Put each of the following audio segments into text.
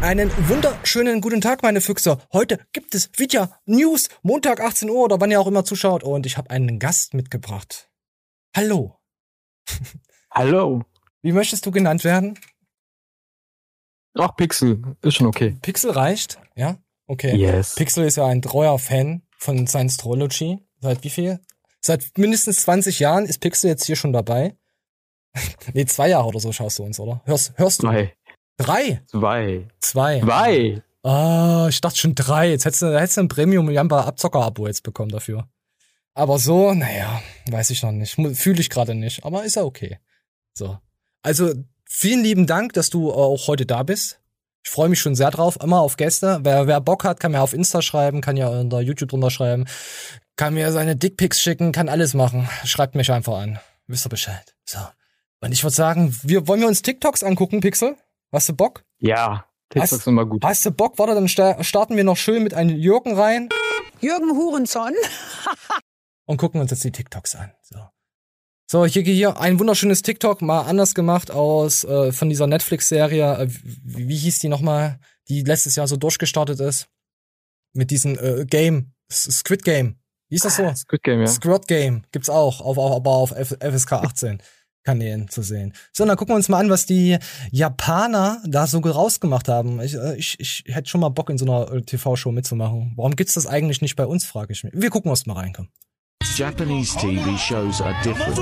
Einen wunderschönen guten Tag, meine Füchse. Heute gibt es wieder News, Montag 18 Uhr oder wann ihr auch immer zuschaut. Und ich habe einen Gast mitgebracht. Hallo. Hallo. Wie möchtest du genannt werden? Ach, Pixel. Ist schon okay. Pixel reicht? Ja? Okay. Yes. Pixel ist ja ein treuer Fan von Science Trology. Seit wie viel? Seit mindestens 20 Jahren ist Pixel jetzt hier schon dabei. Nee, 2 Jahre oder so schaust du uns, oder? Hörst du? 2. 3? 2. 2. 2. Ah, ich dachte schon 3. Jetzt hättest du ein Premium-Jamba-Abzocker-Abo jetzt bekommen dafür. Aber so, naja, weiß ich noch nicht. Fühle ich gerade nicht, aber ist ja okay. So. Also, vielen lieben Dank, dass du auch heute da bist. Ich freue mich schon sehr drauf, immer auf Gäste. Wer Bock hat, kann mir auf Insta schreiben, kann ja unter YouTube drunter schreiben, kann mir seine Dickpics schicken, kann alles machen. Schreibt mich einfach an. Wisst ihr Bescheid. So. Und ich würde sagen, wollen wir uns TikToks angucken, Pixel? Hast du Bock? Ja, TikToks sind immer gut. Hast du Bock? Warte, dann starten wir noch schön mit einem Jürgen rein. Jürgen Hurenson. Und gucken uns jetzt die TikToks an. So, hier ein wunderschönes TikTok, mal anders gemacht von dieser Netflix-Serie. Wie hieß die nochmal? Die letztes Jahr so durchgestartet ist. Mit diesem Game. Squid Game. Wie ist das so? Squid Game, ja. Squid Game gibt's auch, aber auf FSK 18 Kanälen zu sehen. So, dann gucken wir uns mal an, was die Japaner da so rausgemacht haben. Ich hätte schon mal Bock, in so einer TV-Show mitzumachen. Warum gibt's das eigentlich nicht bei uns, frage ich mich. Wir gucken erst mal rein, komm. Japanese TV shows are different.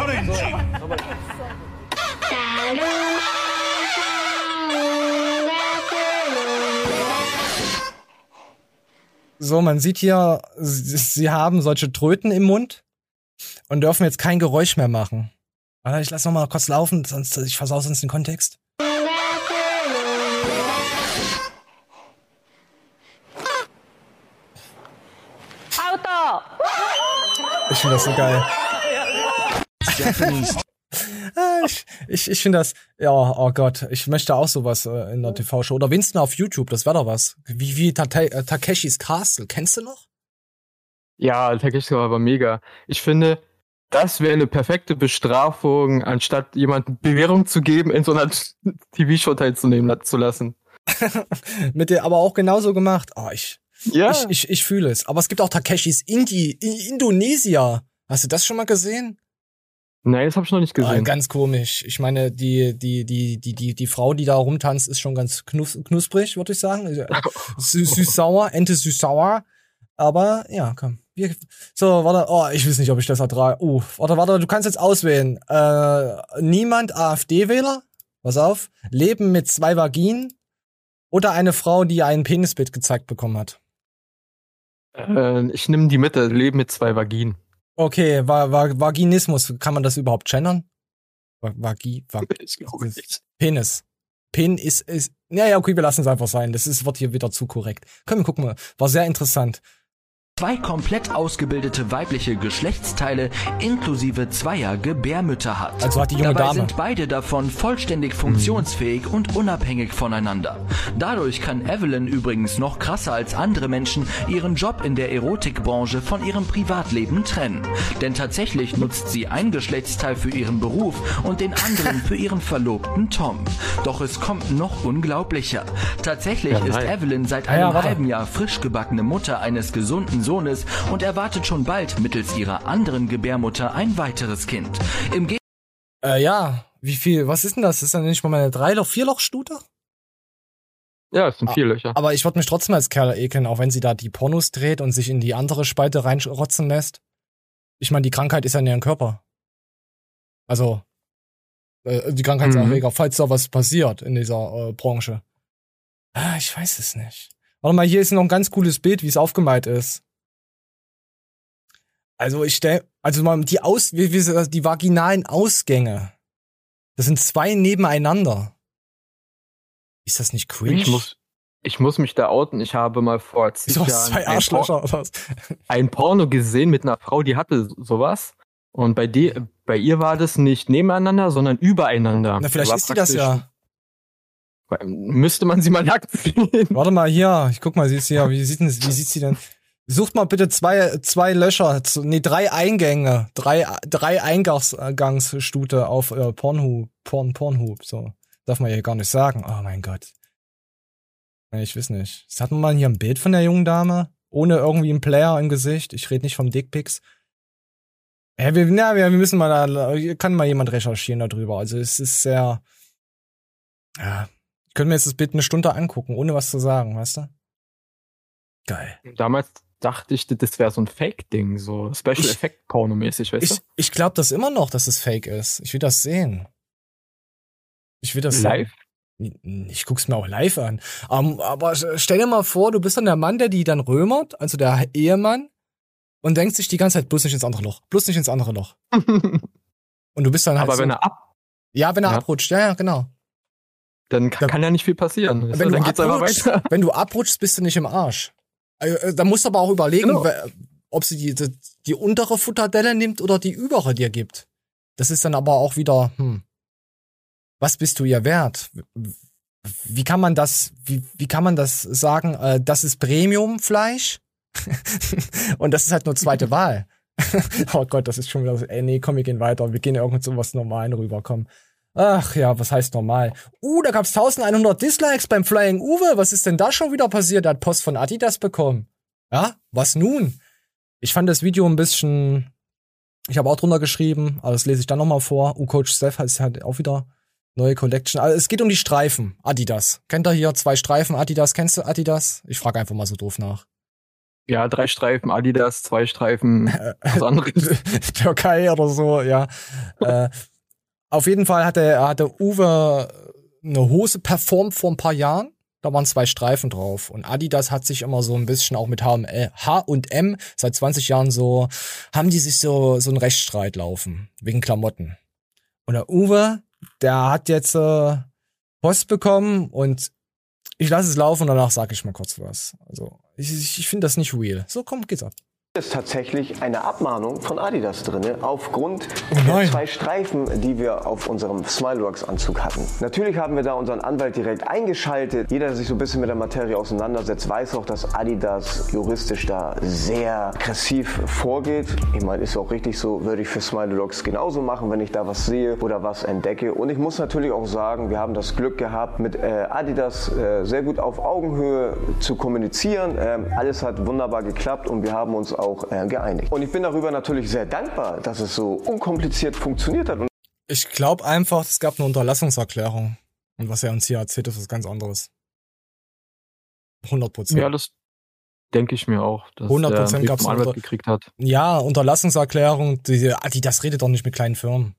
So, man sieht hier, sie haben solche Tröten im Mund und dürfen jetzt kein Geräusch mehr machen. Warte, ich lass noch mal kurz laufen, sonst ich versau sonst den Kontext. Auto! Ich finde das so geil. Japanese Ich finde das, ja, oh Gott, ich möchte auch sowas in der TV-Show. Oder wenigstens auf YouTube, das wäre doch was. Wie Takeshis Castle, kennst du noch? Ja, Takeshi war aber mega. Ich finde, das wäre eine perfekte Bestrafung, anstatt jemandem Bewährung zu geben, in so einer TV-Show teilzunehmen zu lassen. Mit der aber auch genauso gemacht. Oh, ich fühle es. Aber es gibt auch Takeshis Indonesia. Hast du das schon mal gesehen? Nein, das habe ich noch nicht gesehen. Ganz komisch. Ich meine, die Frau, die da rumtanzt, ist schon ganz knusprig, würde ich sagen. Süß-sauer, Ente süß-sauer. Aber, ja, komm. So, warte, ich weiß nicht, ob ich das ertrage. Warte, du kannst jetzt auswählen. Niemand AfD-Wähler? Pass auf. Leben mit 2 Vaginen? Oder eine Frau, die ein Penisbild gezeigt bekommen hat? Ich nehme die Mitte, Leben mit 2 Vaginen. Okay, Vaginismus, kann man das überhaupt gendern? Ich glaube nicht. Penis. ist, ja, okay, wir lassen es einfach sein. Wird hier wieder zu korrekt. Komm, wir gucken mal. War sehr interessant. 2 komplett ausgebildete weibliche Geschlechtsteile inklusive 2er Gebärmütter hat. Also hat die junge Dabei Dame. sind beide davon vollständig funktionsfähig und unabhängig voneinander. Dadurch kann Evelyn übrigens noch krasser als andere Menschen ihren Job in der Erotikbranche von ihrem Privatleben trennen. Denn tatsächlich nutzt sie ein Geschlechtsteil für ihren Beruf und den anderen für ihren Verlobten Tom. Doch es kommt noch unglaublicher. Tatsächlich ist Evelyn seit einem halben Jahr frisch gebackene Mutter eines gesunden Sohnes und erwartet schon bald mittels ihrer anderen Gebärmutter ein weiteres Kind. Ja, wie viel, was ist denn das? Ist dann nicht mal meine 3-Loch-4-Loch-Stute? Ja, es sind 4 Löcher. Aber ich würde mich trotzdem als Kerl ekeln, auch wenn sie da die Pornos dreht und sich in die andere Spalte reinrotzen lässt. Ich meine, die Krankheit ist ja in ihrem Körper. Also, die Krankheitserreger, falls da was passiert in dieser Branche. Ich weiß es nicht. Warte mal, hier ist noch ein ganz cooles Bild, wie es aufgemalt ist. Also die vaginalen Ausgänge. Das sind 2 nebeneinander. Ist das nicht cringe? Ich muss mich da outen. Ich habe mal vor 10 Jahren 2 Arschlöcher oder was? Ein Porno gesehen mit einer Frau, die hatte sowas. Und bei ihr war das nicht nebeneinander, sondern übereinander. Na, vielleicht ist die das ja. Müsste man sie mal nackt sehen. Warte mal hier, ich guck mal, sie ist hier. Wie sieht sie denn? Sucht mal bitte 2 Löcher, 3 Eingänge, 3 Eingangsstute auf Pornhub, so. Darf man ja gar nicht sagen. Oh mein Gott. Ich weiß nicht. Hat man mal hier ein Bild von der jungen Dame? Ohne irgendwie einen Player im Gesicht? Ich rede nicht vom Dickpics. Ja, wir müssen mal, kann mal jemand recherchieren darüber. Also es ist sehr, ja, ich könnte mir jetzt das Bild eine Stunde angucken, ohne was zu sagen, weißt du? Geil. Damals dachte ich, das wäre so ein Fake-Ding, so Special Effect Porno-mäßig, weißt du? Ich glaube das immer noch, dass es fake ist. Ich will das sehen. Ich will das Live? Ich guck's mir auch live an. Aber stell dir mal vor, du bist dann der Mann, der die dann römert, also der Ehemann, und denkst sich die ganze Zeit, bloß nicht ins andere Loch, bloß nicht ins andere Loch. Und du bist dann halt Aber so, wenn er wenn er abrutscht, ja, genau. dann kann ja nicht viel passieren. Wenn dann du geht's einfach abrutschst, weiter. wenn du abrutschst, bist du nicht im Arsch. Da musst du aber auch überlegen, Genau. ob sie die untere Futterdelle nimmt oder die übere dir gibt. Das ist dann aber auch wieder, was bist du ihr wert? Wie kann man das sagen? Das ist Premium-Fleisch und das ist halt nur zweite Wahl. Oh Gott, das ist schon wieder so, nee, komm, wir gehen weiter. Wir gehen irgend so was Normalen rüber, komm. Ach ja, was heißt normal? Da gab's 1100 Dislikes beim Flying Uwe. Was ist denn da schon wieder passiert? Der hat Post von Adidas bekommen. Ja, was nun? Ich fand das Video ein bisschen, ich habe auch drunter geschrieben, aber das lese ich dann nochmal vor. Coach Steph heißt halt auch wieder neue Collection. Also es geht um die Streifen. Adidas. Kennt ihr hier 2 Streifen Adidas? Kennst du Adidas? Ich frage einfach mal so doof nach. Ja, 3 Streifen Adidas, 2 Streifen was anderes. Türkei oder so, ja. Auf jeden Fall hatte Uwe eine Hose performt vor ein paar Jahren. Da waren 2 Streifen drauf. Und Adidas hat sich immer so ein bisschen auch mit H&M seit 20 Jahren so, haben die sich so einen Rechtsstreit laufen. Wegen Klamotten. Und der Uwe, der hat jetzt Post bekommen und ich lasse es laufen und danach sage ich mal kurz was. Also ich finde das nicht real. So, komm, geht's ab. Ist tatsächlich eine Abmahnung von Adidas drin, aufgrund nein. der 2 Streifen, die wir auf unserem Smileworks-Anzug hatten. Natürlich haben wir da unseren Anwalt direkt eingeschaltet. Jeder, der sich so ein bisschen mit der Materie auseinandersetzt, weiß auch, dass Adidas juristisch da sehr aggressiv vorgeht. Ich meine, ist auch richtig so, würde ich für Smileworks genauso machen, wenn ich da was sehe oder was entdecke. Und ich muss natürlich auch sagen, wir haben das Glück gehabt, mit Adidas sehr gut auf Augenhöhe zu kommunizieren. Alles hat wunderbar geklappt und wir haben uns auch geeinigt. Und ich bin darüber natürlich sehr dankbar, dass es so unkompliziert funktioniert hat. Ich glaube einfach, es gab eine Unterlassungserklärung. Und was er uns hier erzählt, ist was ganz anderes. 100%. Ja, das denke ich mir auch, dass 100% der gab's vom Anwalt gekriegt hat. Ja, Unterlassungserklärung, das redet doch nicht mit kleinen Firmen.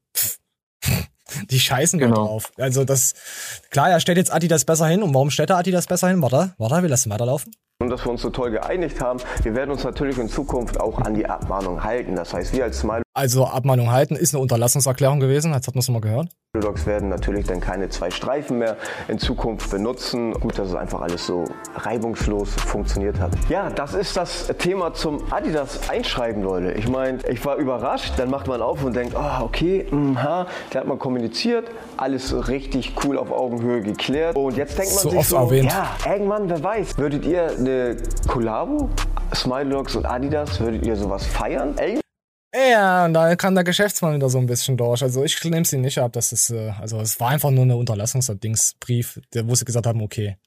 Die scheißen da drauf. Also klar, er stellt jetzt Adidas besser hin. Und warum stellt er Adidas besser hin? Warte, wir lassen weiterlaufen. Und dass wir uns so toll geeinigt haben. Wir werden uns natürlich in Zukunft auch an die Abmahnung halten. Das heißt, wir als Smile Also Abmahnung halten ist eine Unterlassungserklärung gewesen. Jetzt hat man es nochmal gehört. Dogs werden natürlich dann keine 2 Streifen mehr in Zukunft benutzen. Gut, dass es einfach alles so reibungslos funktioniert hat. Ja, das ist das Thema zum Adidas Einschreiben, Leute. Ich meine, ich war überrascht. Dann macht man auf und denkt, okay, da hat man kommuniziert. Alles richtig cool auf Augenhöhe geklärt. Und jetzt denkt man so sich oft so, erwähnt. ja, irgendwann, wer weiß, würdet ihr eine Kollabo, Smileworks und Adidas, würdet ihr sowas feiern? Ja, und da kann der Geschäftsmann wieder so ein bisschen durch. Also ich nehme sie nicht ab, dass es, es war einfach nur eine Unterlassungsdingsbrief, wo sie gesagt haben, okay.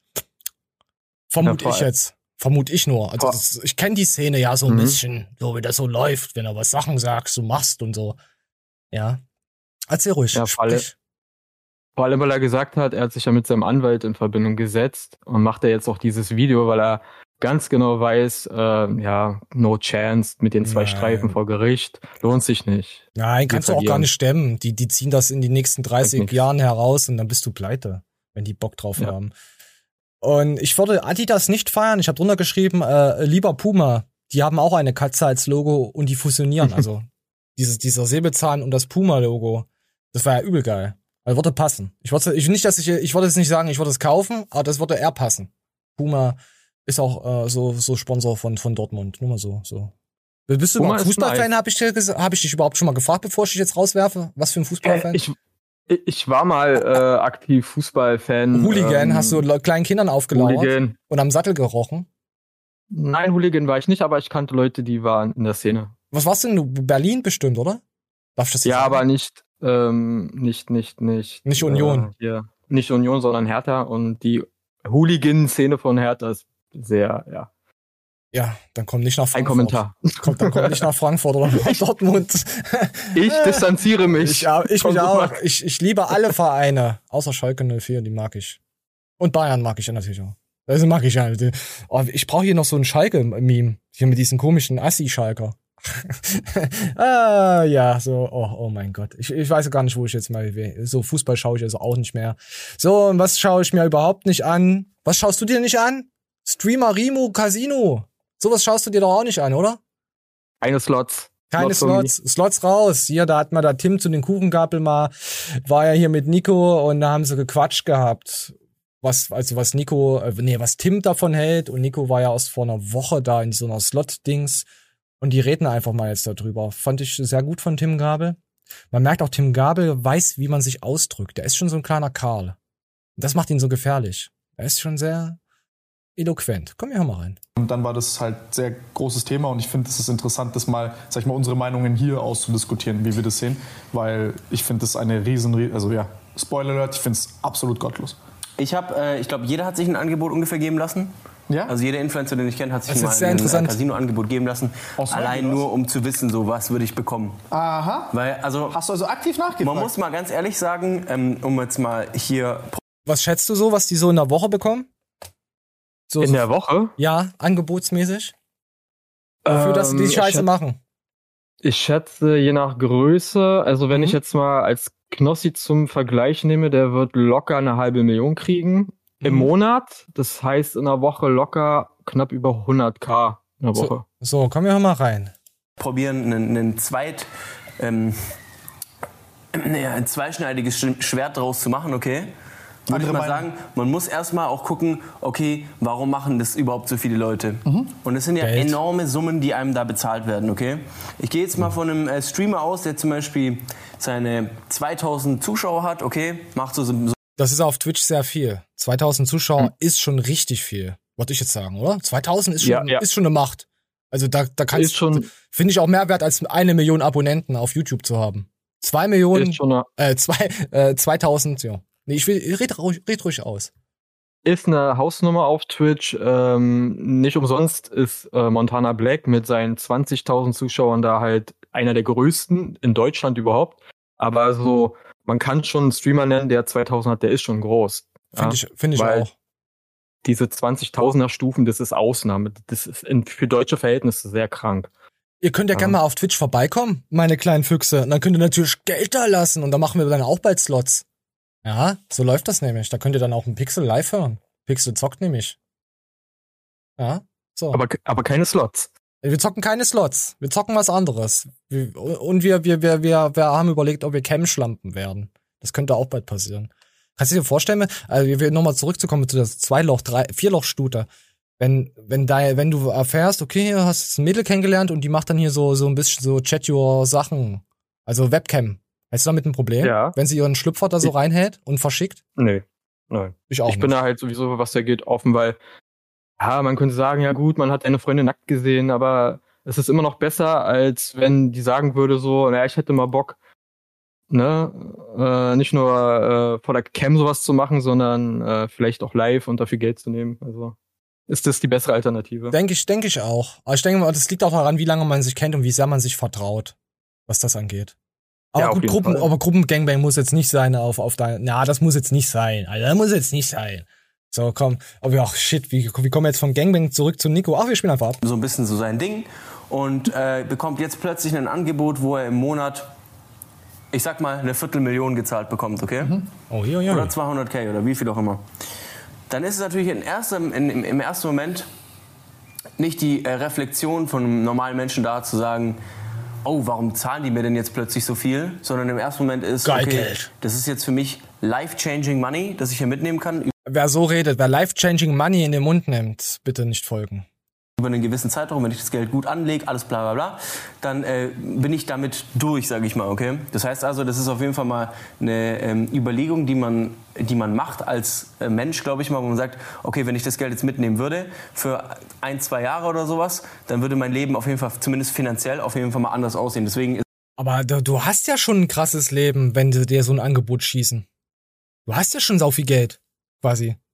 Vermute ich nur. Also ich kenne die Szene ja so ein bisschen, so wie das so läuft, wenn er was Sachen sagst, du machst und so. Ja. Erzähl ruhig. Ja, vor allem, weil er gesagt hat, er hat sich ja mit seinem Anwalt in Verbindung gesetzt und macht er jetzt auch dieses Video, weil er ganz genau weiß, no chance mit den 2 Streifen vor Gericht, lohnt sich nicht. Nein, kannst du auch gar nicht stemmen. Die ziehen das in die nächsten 30 Jahren heraus und dann bist du pleite, wenn die Bock drauf haben. Und ich würde Adidas nicht feiern. Ich habe drunter geschrieben, lieber Puma, die haben auch eine Katze als Logo und die fusionieren. Also dieser Säbelzahn und das Puma-Logo, das war ja übel geil. Also würde passen. Ich würde jetzt nicht sagen, ich würde es kaufen, aber das würde eher passen. Puma ist auch so Sponsor von Dortmund. Nur mal so. Bist du überhaupt Fußballfan, hab ich dich überhaupt schon mal gefragt, bevor ich dich jetzt rauswerfe? Was für ein Fußballfan? Ich war mal aktiv Fußballfan. Hooligan, hast du kleinen Kindern aufgelauert Hooligan. Und am Sattel gerochen? Nein, Hooligan war ich nicht, aber ich kannte Leute, die waren in der Szene. Was warst denn du? Berlin bestimmt, oder? Darf ich das jetzt sagen? Aber nicht Union. Nicht Union, sondern Hertha und die Hooligan-Szene von Hertha ist sehr, ja. Ja, dann komm nicht nach Frankfurt. Ein Kommentar. Dann komm nicht nach Frankfurt oder nach Dortmund. Ich distanziere mich. Ich mich auch. Ich liebe alle Vereine, außer Schalke 04, die mag ich. Und Bayern mag ich ja natürlich auch. Also mag ich ja. Oh, ich brauche hier noch so ein Schalke-Meme. Hier mit diesen komischen Assi-Schalker. Ja, so, oh mein Gott. Ich weiß gar nicht, wo ich jetzt mal will. So Fußball schaue ich also auch nicht mehr. So, und was schaue ich mir überhaupt nicht an? Was schaust du dir nicht an? Streamer Rimo Casino. Sowas schaust du dir doch auch nicht an, oder? Keine Slots. Keine Slots raus. Hier, da hat mal der Tim zu den Kuchengabel mal, war ja hier mit Nico und da haben sie gequatscht gehabt. Was Tim davon hält, und Nico war ja erst vor einer Woche da in so einer Slot-Dings und die reden einfach mal jetzt darüber. Fand ich sehr gut von Tim Gabel. Man merkt auch, Tim Gabel weiß, wie man sich ausdrückt. Der ist schon so ein kleiner Karl. Das macht ihn so gefährlich. Er ist schon sehr eloquent. Komm, wir hören mal rein. Und dann war das halt sehr großes Thema und ich finde, es ist interessant, das mal, sag ich mal, unsere Meinungen hier auszudiskutieren, wie wir das sehen, weil ich finde, das eine Spoiler Alert, ich finde es absolut gottlos. Ich glaube, jeder hat sich ein Angebot ungefähr geben lassen. Ja? Also jeder Influencer, den ich kenne, hat sich Das mal ist sehr ein interessant. Casino-Angebot geben lassen. Allein nur, um zu wissen, so was würde ich bekommen. Aha. Weil, also, Hast du also aktiv nachgefragt? man muss mal ganz ehrlich sagen, um jetzt mal hier... Was schätzt du so, was die so in der Woche bekommen? So, In der Woche? Ja, angebotsmäßig. Dafür, dass sie die Scheiße machen. Ich schätze, je nach Größe, also wenn ich jetzt mal als Knossi zum Vergleich nehme, der wird locker 500.000 kriegen im Monat. Das heißt in der Woche locker knapp über 100.000 in der Woche. So, komm, wir mal rein. Probieren, ein zweischneidiges Schwert daraus zu machen, okay? Würde ich mal sagen, man muss erstmal auch gucken, okay, warum machen das überhaupt so viele Leute? Und es sind ja Geld. enorme Summen, die einem da bezahlt werden, okay? Ich gehe jetzt mal von einem Streamer aus, der zum Beispiel seine 2000 Zuschauer hat, okay? Macht so Das ist auf Twitch sehr viel. 2000 Zuschauer ist schon richtig viel. Wollte ich jetzt sagen, oder? 2000 ist schon, ist schon eine Macht. Also da kannst du, finde ich auch mehr wert, als 1 Million Abonnenten auf YouTube zu haben. 2 Millionen, 2000, ja. Nee, red ruhig aus. Ist eine Hausnummer auf Twitch. Nicht umsonst ist Montana Black mit seinen 20.000 Zuschauern da halt einer der größten in Deutschland überhaupt. Aber so, man kann schon einen Streamer nennen, der 2000 hat, der ist schon groß. Finde ich auch. Diese 20.000er Stufen, das ist Ausnahme. Das ist für deutsche Verhältnisse sehr krank. Ihr könnt ja gerne mal auf Twitch vorbeikommen, meine kleinen Füchse. Und dann könnt ihr natürlich Geld da lassen und dann machen wir dann auch bald Slots. Ja, so läuft das nämlich. Da könnt ihr dann auch einen Pixel live hören. Pixel zockt nämlich. Ja, so. Aber keine Slots. Wir zocken keine Slots. Wir zocken was anderes. Und wir haben überlegt, ob wir Cam-Schlampen werden. Das könnte auch bald passieren. Kannst du dir vorstellen, also wir nochmal zurückzukommen zu der 4-Loch-Stute. Wenn du erfährst, okay, du hast jetzt ein Mädel kennengelernt und die macht dann hier so ein bisschen so Chat-Your-Sachen. Also Webcam. Hast du damit ein Problem? Ja. Wenn sie ihren Schlüpfer da so reinhält und verschickt? Nee. Nein. Ich auch Ich bin da halt sowieso, was da geht, offen, weil man könnte sagen, ja gut, man hat eine Freundin nackt gesehen, aber es ist immer noch besser, als wenn die sagen würde so, naja, ich hätte mal Bock, ne, nicht nur vor der Cam sowas zu machen, sondern vielleicht auch live und dafür Geld zu nehmen. Also ist das die bessere Alternative. Denke ich auch. Aber ich denke mal, das liegt auch daran, wie lange man sich kennt und wie sehr man sich vertraut, was das angeht. Aber Ja, gut, auf jeden Fall. Gruppengangbang muss jetzt nicht sein auf dein, das muss jetzt nicht sein. Alter, das muss jetzt nicht sein. So, komm. Aber ach, shit, wie kommen wir jetzt vom Gangbang zurück zu Nico? Ach, wir spielen einfach ab. ein bisschen so sein Ding und bekommt jetzt plötzlich ein Angebot, wo er im Monat, ich sag mal, 250.000 gezahlt bekommt, okay? Oh, hier. Oder 200.000 oder wie viel auch immer. Dann ist es natürlich im ersten Moment nicht die Reflexion von einem normalen Menschen da, zu sagen, oh, warum zahlen die mir denn jetzt plötzlich so viel? Sondern im ersten Moment ist, Geil, okay, Geld. das ist jetzt für mich life-changing money, das ich hier mitnehmen kann. Wer so redet, wer life-changing money in den Mund nimmt, bitte nicht folgen. Über einen gewissen Zeitraum, wenn ich das Geld gut anlege, alles bla bla bla, dann bin ich damit durch, sage ich mal, okay? Das heißt also, das ist auf jeden Fall mal eine Überlegung, die man macht als Mensch, glaube ich mal, wo man sagt, okay, wenn ich das Geld jetzt mitnehmen würde für 1-2 Jahre oder sowas, dann würde mein Leben auf jeden Fall, zumindest finanziell, auf jeden Fall mal anders aussehen. Deswegen ist Aber du hast ja schon ein krasses Leben, wenn sie dir so ein Angebot schießen. Du hast ja schon sau viel Geld, quasi.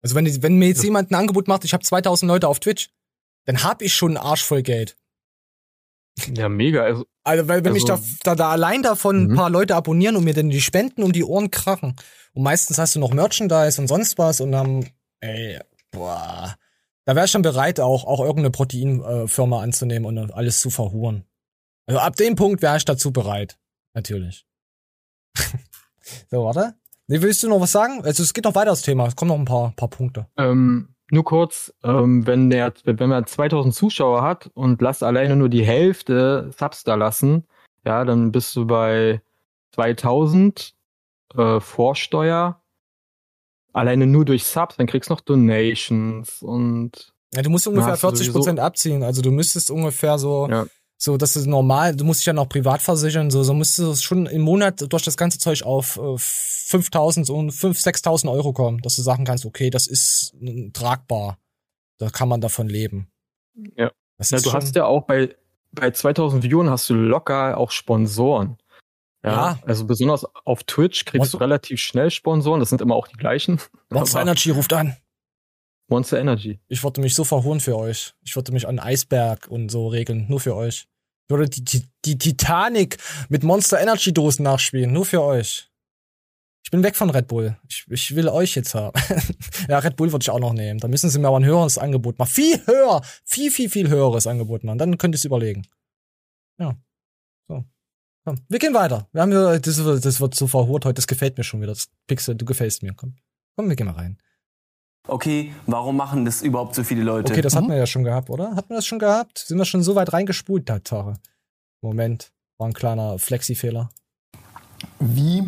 Also wenn mir jetzt jemand ein Angebot macht, ich habe 2000 Leute auf Twitch, dann hab ich schon einen Arsch voll Geld. Ja, mega. Also wenn mich da allein davon ein paar Leute abonnieren und mir dann die Spenden um die Ohren krachen. Und meistens hast du noch Merchandise und sonst was und dann, da wäre ich schon bereit, auch irgendeine Proteinfirma anzunehmen und alles zu verhuren. Also ab dem Punkt wäre ich dazu bereit. Natürlich. So, warte. Nee, willst du noch was sagen? Also es geht noch weiter das Thema. Es kommen noch ein paar Punkte. Nur kurz, wenn man 2000 Zuschauer hat und lasst alleine nur die Hälfte Subs da lassen, ja, dann bist du bei 2000 Vorsteuer. Alleine nur durch Subs, dann kriegst du noch Donations und... Ja, du musst ungefähr 40% abziehen. Also du müsstest ungefähr so, dass du normal, du musst dich ja noch privat versichern, so müsstest du schon im Monat durch das ganze Zeug auf 5.000 und 5.000, 6.000 Euro kommen, dass du sagen kannst, okay, das ist tragbar. Da kann man davon leben. Ja. Du hast ja auch bei 2000 Viewern hast du locker auch Sponsoren. Ja. Also besonders auf Twitch kriegst du relativ schnell Sponsoren. Das sind immer auch die gleichen. Monster Energy ruft an. Monster Energy. Ich wollte mich so verhuren für euch. Ich wollte mich an Eisberg und so regeln. Nur für euch. Ich würde die Titanic mit Monster Energy Dosen nachspielen. Nur für euch. Ich bin weg von Red Bull. Ich will euch jetzt haben. Ja, Red Bull würde ich auch noch nehmen. Da müssen sie mir aber ein höheres Angebot machen. Viel höher. Viel höheres Angebot machen. Dann könnt ihr es überlegen. Ja. So. Komm, wir gehen weiter. Wir haben hier, das wird so verhurt heute. Das gefällt mir schon wieder. Das Pixel, du gefällst mir. Komm, wir gehen mal rein. Okay, warum machen das überhaupt so viele Leute? Okay, das hatten wir ja schon gehabt, oder? Hatten wir das schon gehabt? Sind wir schon so weit reingespult, Tatsache? Moment, war ein kleiner Flexi-Fehler. Wie?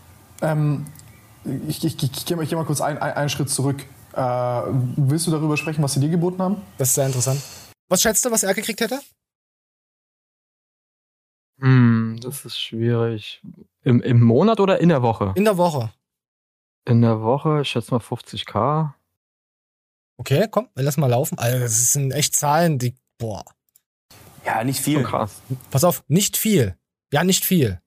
Ich geh mal kurz einen Schritt zurück. Willst du darüber sprechen, was sie dir geboten haben? Das ist sehr interessant. Was schätzt du, was er gekriegt hätte? Das ist schwierig. Im Monat oder in der Woche? In der Woche. In der Woche, ich schätze mal 50.000. Okay, komm, lass mal laufen. Also, das sind echt Zahlen, die, boah. Ja, nicht viel. Krass. Pass auf, nicht viel. Ja, nicht viel.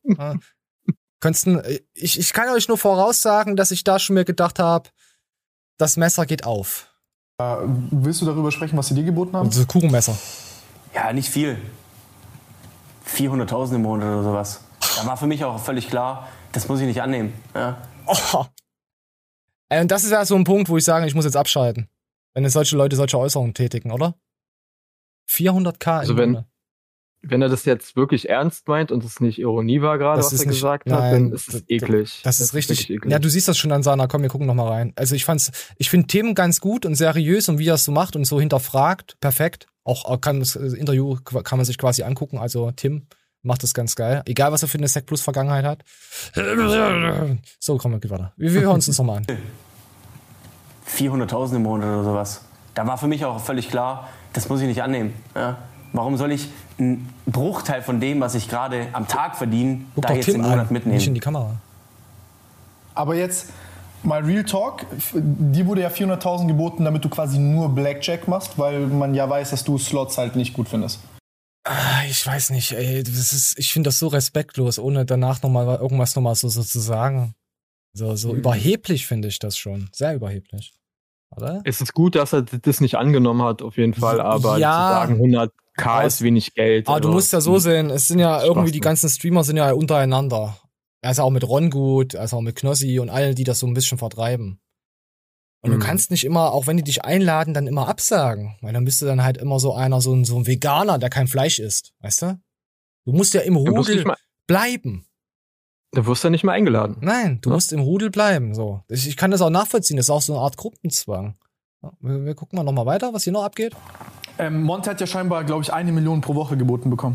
Ich kann euch nur voraussagen, dass ich da schon mir gedacht habe, das Messer geht auf. Willst du darüber sprechen, was sie dir geboten haben? Das ist ein Kuchenmesser. Ja, nicht viel. 400.000 im Monat oder sowas. Da war für mich auch völlig klar, das muss ich nicht annehmen. Ja. Oh. Und das ist ja so ein Punkt, wo ich sage, ich muss jetzt abschalten. Wenn jetzt solche Leute solche Äußerungen tätigen, oder? 400.000 also wenn er das jetzt wirklich ernst meint und es nicht Ironie war gerade, was er gesagt hat, dann ist es eklig. Das ist richtig eklig. Ja, du siehst das schon an seiner, komm, wir gucken noch mal rein. Also ich finde Themen ganz gut und seriös und wie er es so macht und so hinterfragt, perfekt. Auch das Interview kann man sich quasi angucken, also Tim macht das ganz geil. Egal, was er für eine Sec Plus Vergangenheit hat. So, komm, wir gehen weiter. Wir hören uns noch mal an. 400.000 im Monat oder sowas. Da war für mich auch völlig klar, das muss ich nicht annehmen. Ja. Warum soll ich einen Bruchteil von dem, was ich gerade am Tag verdiene, da jetzt im Monat mitnehmen? Nicht in die Kamera. Aber jetzt mal Real Talk. Dir wurde ja 400.000 geboten, damit du quasi nur Blackjack machst, weil man ja weiß, dass du Slots halt nicht gut findest. Ich weiß nicht, ey. Ich finde das so respektlos, ohne danach irgendwas so zu sagen. So überheblich finde ich das schon. Sehr überheblich. Oder? Es ist gut, dass er das nicht angenommen hat, auf jeden Fall, aber zu sagen, 100.000 ist wenig Geld. Du musst ja so sehen, es sind ja irgendwie, die ganzen Streamer sind ja untereinander. Also auch mit Ron gut, also auch mit Knossi und allen, die das so ein bisschen vertreiben. Und du kannst nicht immer, auch wenn die dich einladen, dann immer absagen. Weil dann bist du dann halt immer so einer, so ein Veganer, der kein Fleisch isst. Weißt du? Du musst ja im Rudel bleiben. Du wirst ja nicht mehr eingeladen. Nein, du musst im Rudel bleiben. So, ich kann das auch nachvollziehen. Das ist auch so eine Art Gruppenzwang. Ja, wir gucken mal nochmal weiter, was hier noch abgeht. Monte hat ja scheinbar, glaube ich, 1 Million pro Woche geboten bekommen.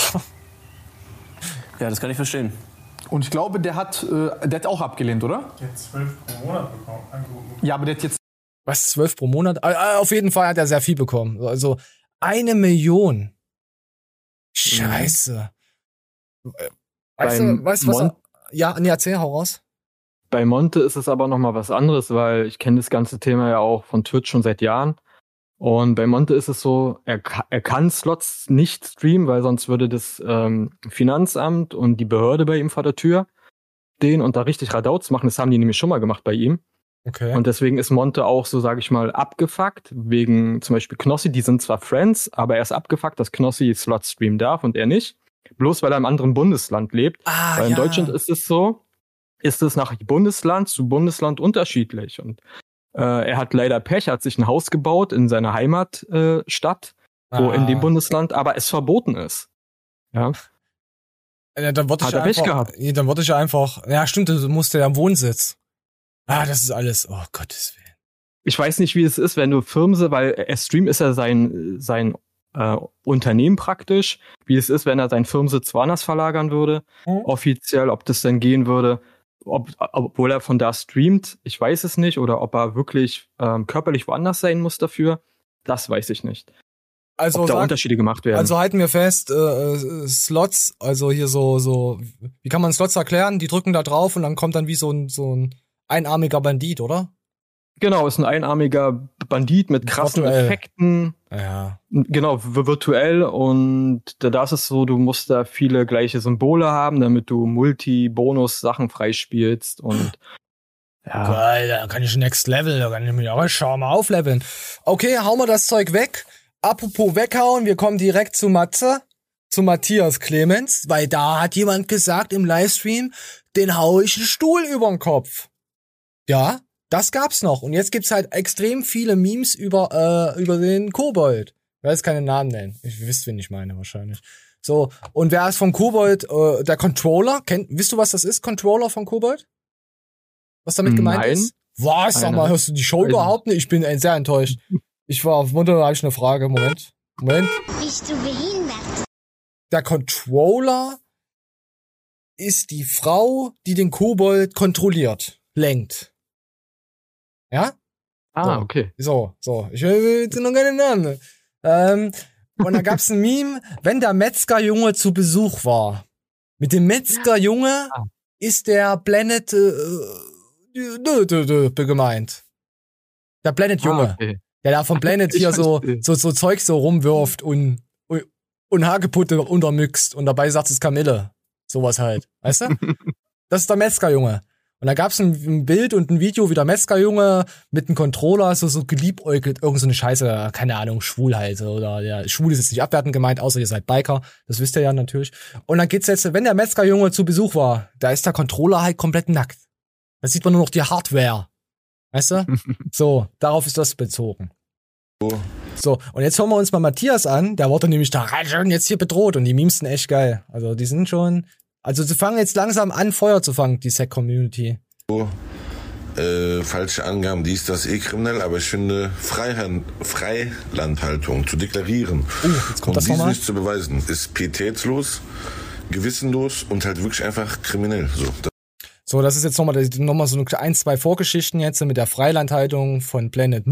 Ja, das kann ich verstehen. Und ich glaube, der hat auch abgelehnt, oder? Der hat 12 pro Monat bekommen, angeboten. Ja, aber der hat jetzt... Was, 12 pro Monat? Auf jeden Fall hat er sehr viel bekommen. Also 1 Million. Scheiße. Weißt du was? Ja, nee, erzähl, hau raus. Bei Monte ist es aber nochmal was anderes, weil ich kenne das ganze Thema ja auch von Twitch schon seit Jahren. Und bei Monte ist es so, er kann Slots nicht streamen, weil sonst würde das Finanzamt und die Behörde bei ihm vor der Tür stehen und da richtig Radauts machen. Das haben die nämlich schon mal gemacht bei ihm. Okay. Und deswegen ist Monte auch so, sage ich mal, abgefuckt, wegen zum Beispiel Knossi, die sind zwar Friends, aber er ist abgefuckt, dass Knossi Slot streamen darf und er nicht. Bloß weil er im anderen Bundesland lebt. Weil in Deutschland ist es so, ist es nach Bundesland zu Bundesland unterschiedlich. Und er hat leider Pech, er hat sich ein Haus gebaut in seiner Heimatstadt, wo in dem Bundesland aber es verboten ist. Ja. Ja, dann wurde Hat er Pech gehabt. Dann wurde ich einfach, ja stimmt, du musst ja am Wohnsitz. Das ist alles, oh Gottes Willen. Ich weiß nicht, wie es ist, wenn du Firmen, weil er streamt, ist ja sein Unternehmen praktisch, wie es ist, wenn er seinen Firmensitz woanders verlagern würde, offiziell, ob das denn gehen würde, obwohl er von da streamt, ich weiß es nicht, oder ob er wirklich körperlich woanders sein muss dafür, das weiß ich nicht. Also ob da Unterschiede gemacht werden. Also halten wir fest, Slots, also hier so, wie kann man Slots erklären? Die drücken da drauf und dann kommt dann wie so ein einarmiger Bandit, oder? Genau, ist ein einarmiger Bandit mit krassen Effekten. Ja. Genau, virtuell. Und da ist es so, du musst da viele gleiche Symbole haben, damit du Multi-Bonus-Sachen freispielst. Und ja. Geil, da kann ich Next Level, da kann ich mich auch mal aufleveln. Okay, hauen wir das Zeug weg. Apropos weghauen, wir kommen direkt zu Matze, zu Matthias Clemens, weil da hat jemand gesagt im Livestream, den hau ich einen Stuhl übern Kopf. Ja, das gab's noch. Und jetzt gibt's halt extrem viele Memes über den Kobold. Ich will jetzt keine Namen nennen. Ich wisst, wen ich meine, wahrscheinlich. So, und wer ist vom Kobold, der Controller? Wisst du, was das ist, Controller von Kobold? Was damit gemeint ist? Was? Sag mal, hörst du die Show überhaupt nicht? Ich bin sehr enttäuscht. Ich war auf Mutter, da habe ich eine Frage. Moment. Bist du behindert? Der Controller ist die Frau, die den Kobold kontrolliert, lenkt. Ja? So. Okay. So. Ich will jetzt noch keine Namen. Und da gab's ein Meme, wenn der Metzgerjunge zu Besuch war. Mit dem Metzgerjunge ist der Planet gemeint. Der Planet-Junge. Okay. Der da vom Planet hier so Zeug so rumwirft und Hagebutte untermüxt und dabei sagt es Kamille. Sowas halt. Weißt du? Das ist der Metzgerjunge. Und da gab's ein Bild und ein Video, wie der Metzgerjunge mit einem Controller so geliebäugelt, irgend so eine Scheiße, keine Ahnung, schwul halt. Oder ja, schwul ist jetzt nicht abwertend gemeint, außer ihr seid Biker. Das wisst ihr ja natürlich. Und dann geht's jetzt, wenn der Metzgerjunge zu Besuch war, da ist der Controller halt komplett nackt. Da sieht man nur noch die Hardware. Weißt du? So, darauf ist das bezogen. So, und jetzt hören wir uns mal Matthias an. Der wurde nämlich da schon jetzt hier bedroht und die Memes sind echt geil. Also die sind schon, also sie fangen jetzt langsam an, Feuer zu fangen, die Sec-Community. Falsche Angaben, dies, das kriminell, aber ich finde Freilandhaltung zu deklarieren und dies nicht zu beweisen, ist pietätslos, gewissenlos und halt wirklich einfach kriminell. So, das ist jetzt nochmal so 1-2 Vorgeschichten jetzt mit der Freilandhaltung von Planet.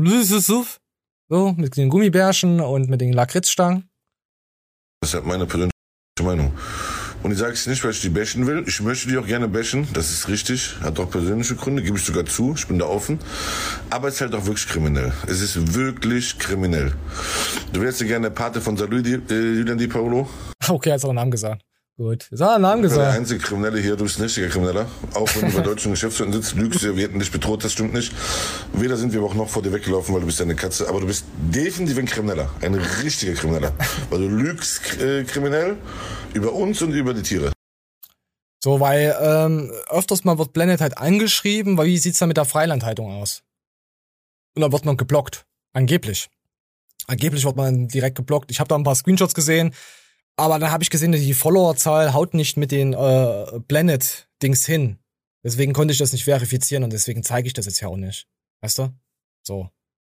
So, mit den Gummibärchen und mit den Lakritzstangen. Das ist halt meine persönliche Meinung. Und ich sage es nicht, weil ich die bashen will. Ich möchte die auch gerne bashen, das ist richtig. Hat auch persönliche Gründe, gebe ich sogar zu. Ich bin da offen. Aber es ist halt auch wirklich kriminell. Es ist wirklich kriminell. Du wärst ja gerne Pate von Saludi, Julian Di Paolo. Okay, hat auch einen Namen gesagt. Gut, ist auch einen Namen gesagt. Der einzige Kriminelle hier, du bist ein richtiger Krimineller. Auch wenn du bei deutschen Geschäftsführern sitzt, lügst du, wir hätten dich bedroht, das stimmt nicht. Weder sind wir aber auch noch vor dir weggelaufen, weil du bist eine Katze. Aber du bist definitiv ein Krimineller. Ein richtiger Krimineller. Weil du lügst kriminell über uns und über die Tiere. So, weil öfters mal wird Planet halt angeschrieben, weil wie sieht's da mit der Freilandhaltung aus? Und dann wird man geblockt. Angeblich. Angeblich wird man direkt geblockt. Ich habe da ein paar Screenshots gesehen. Aber dann habe ich gesehen, die Followerzahl haut nicht mit den Planet-Dings hin. Deswegen konnte ich das nicht verifizieren und deswegen zeige ich das jetzt ja auch nicht. Weißt du? So.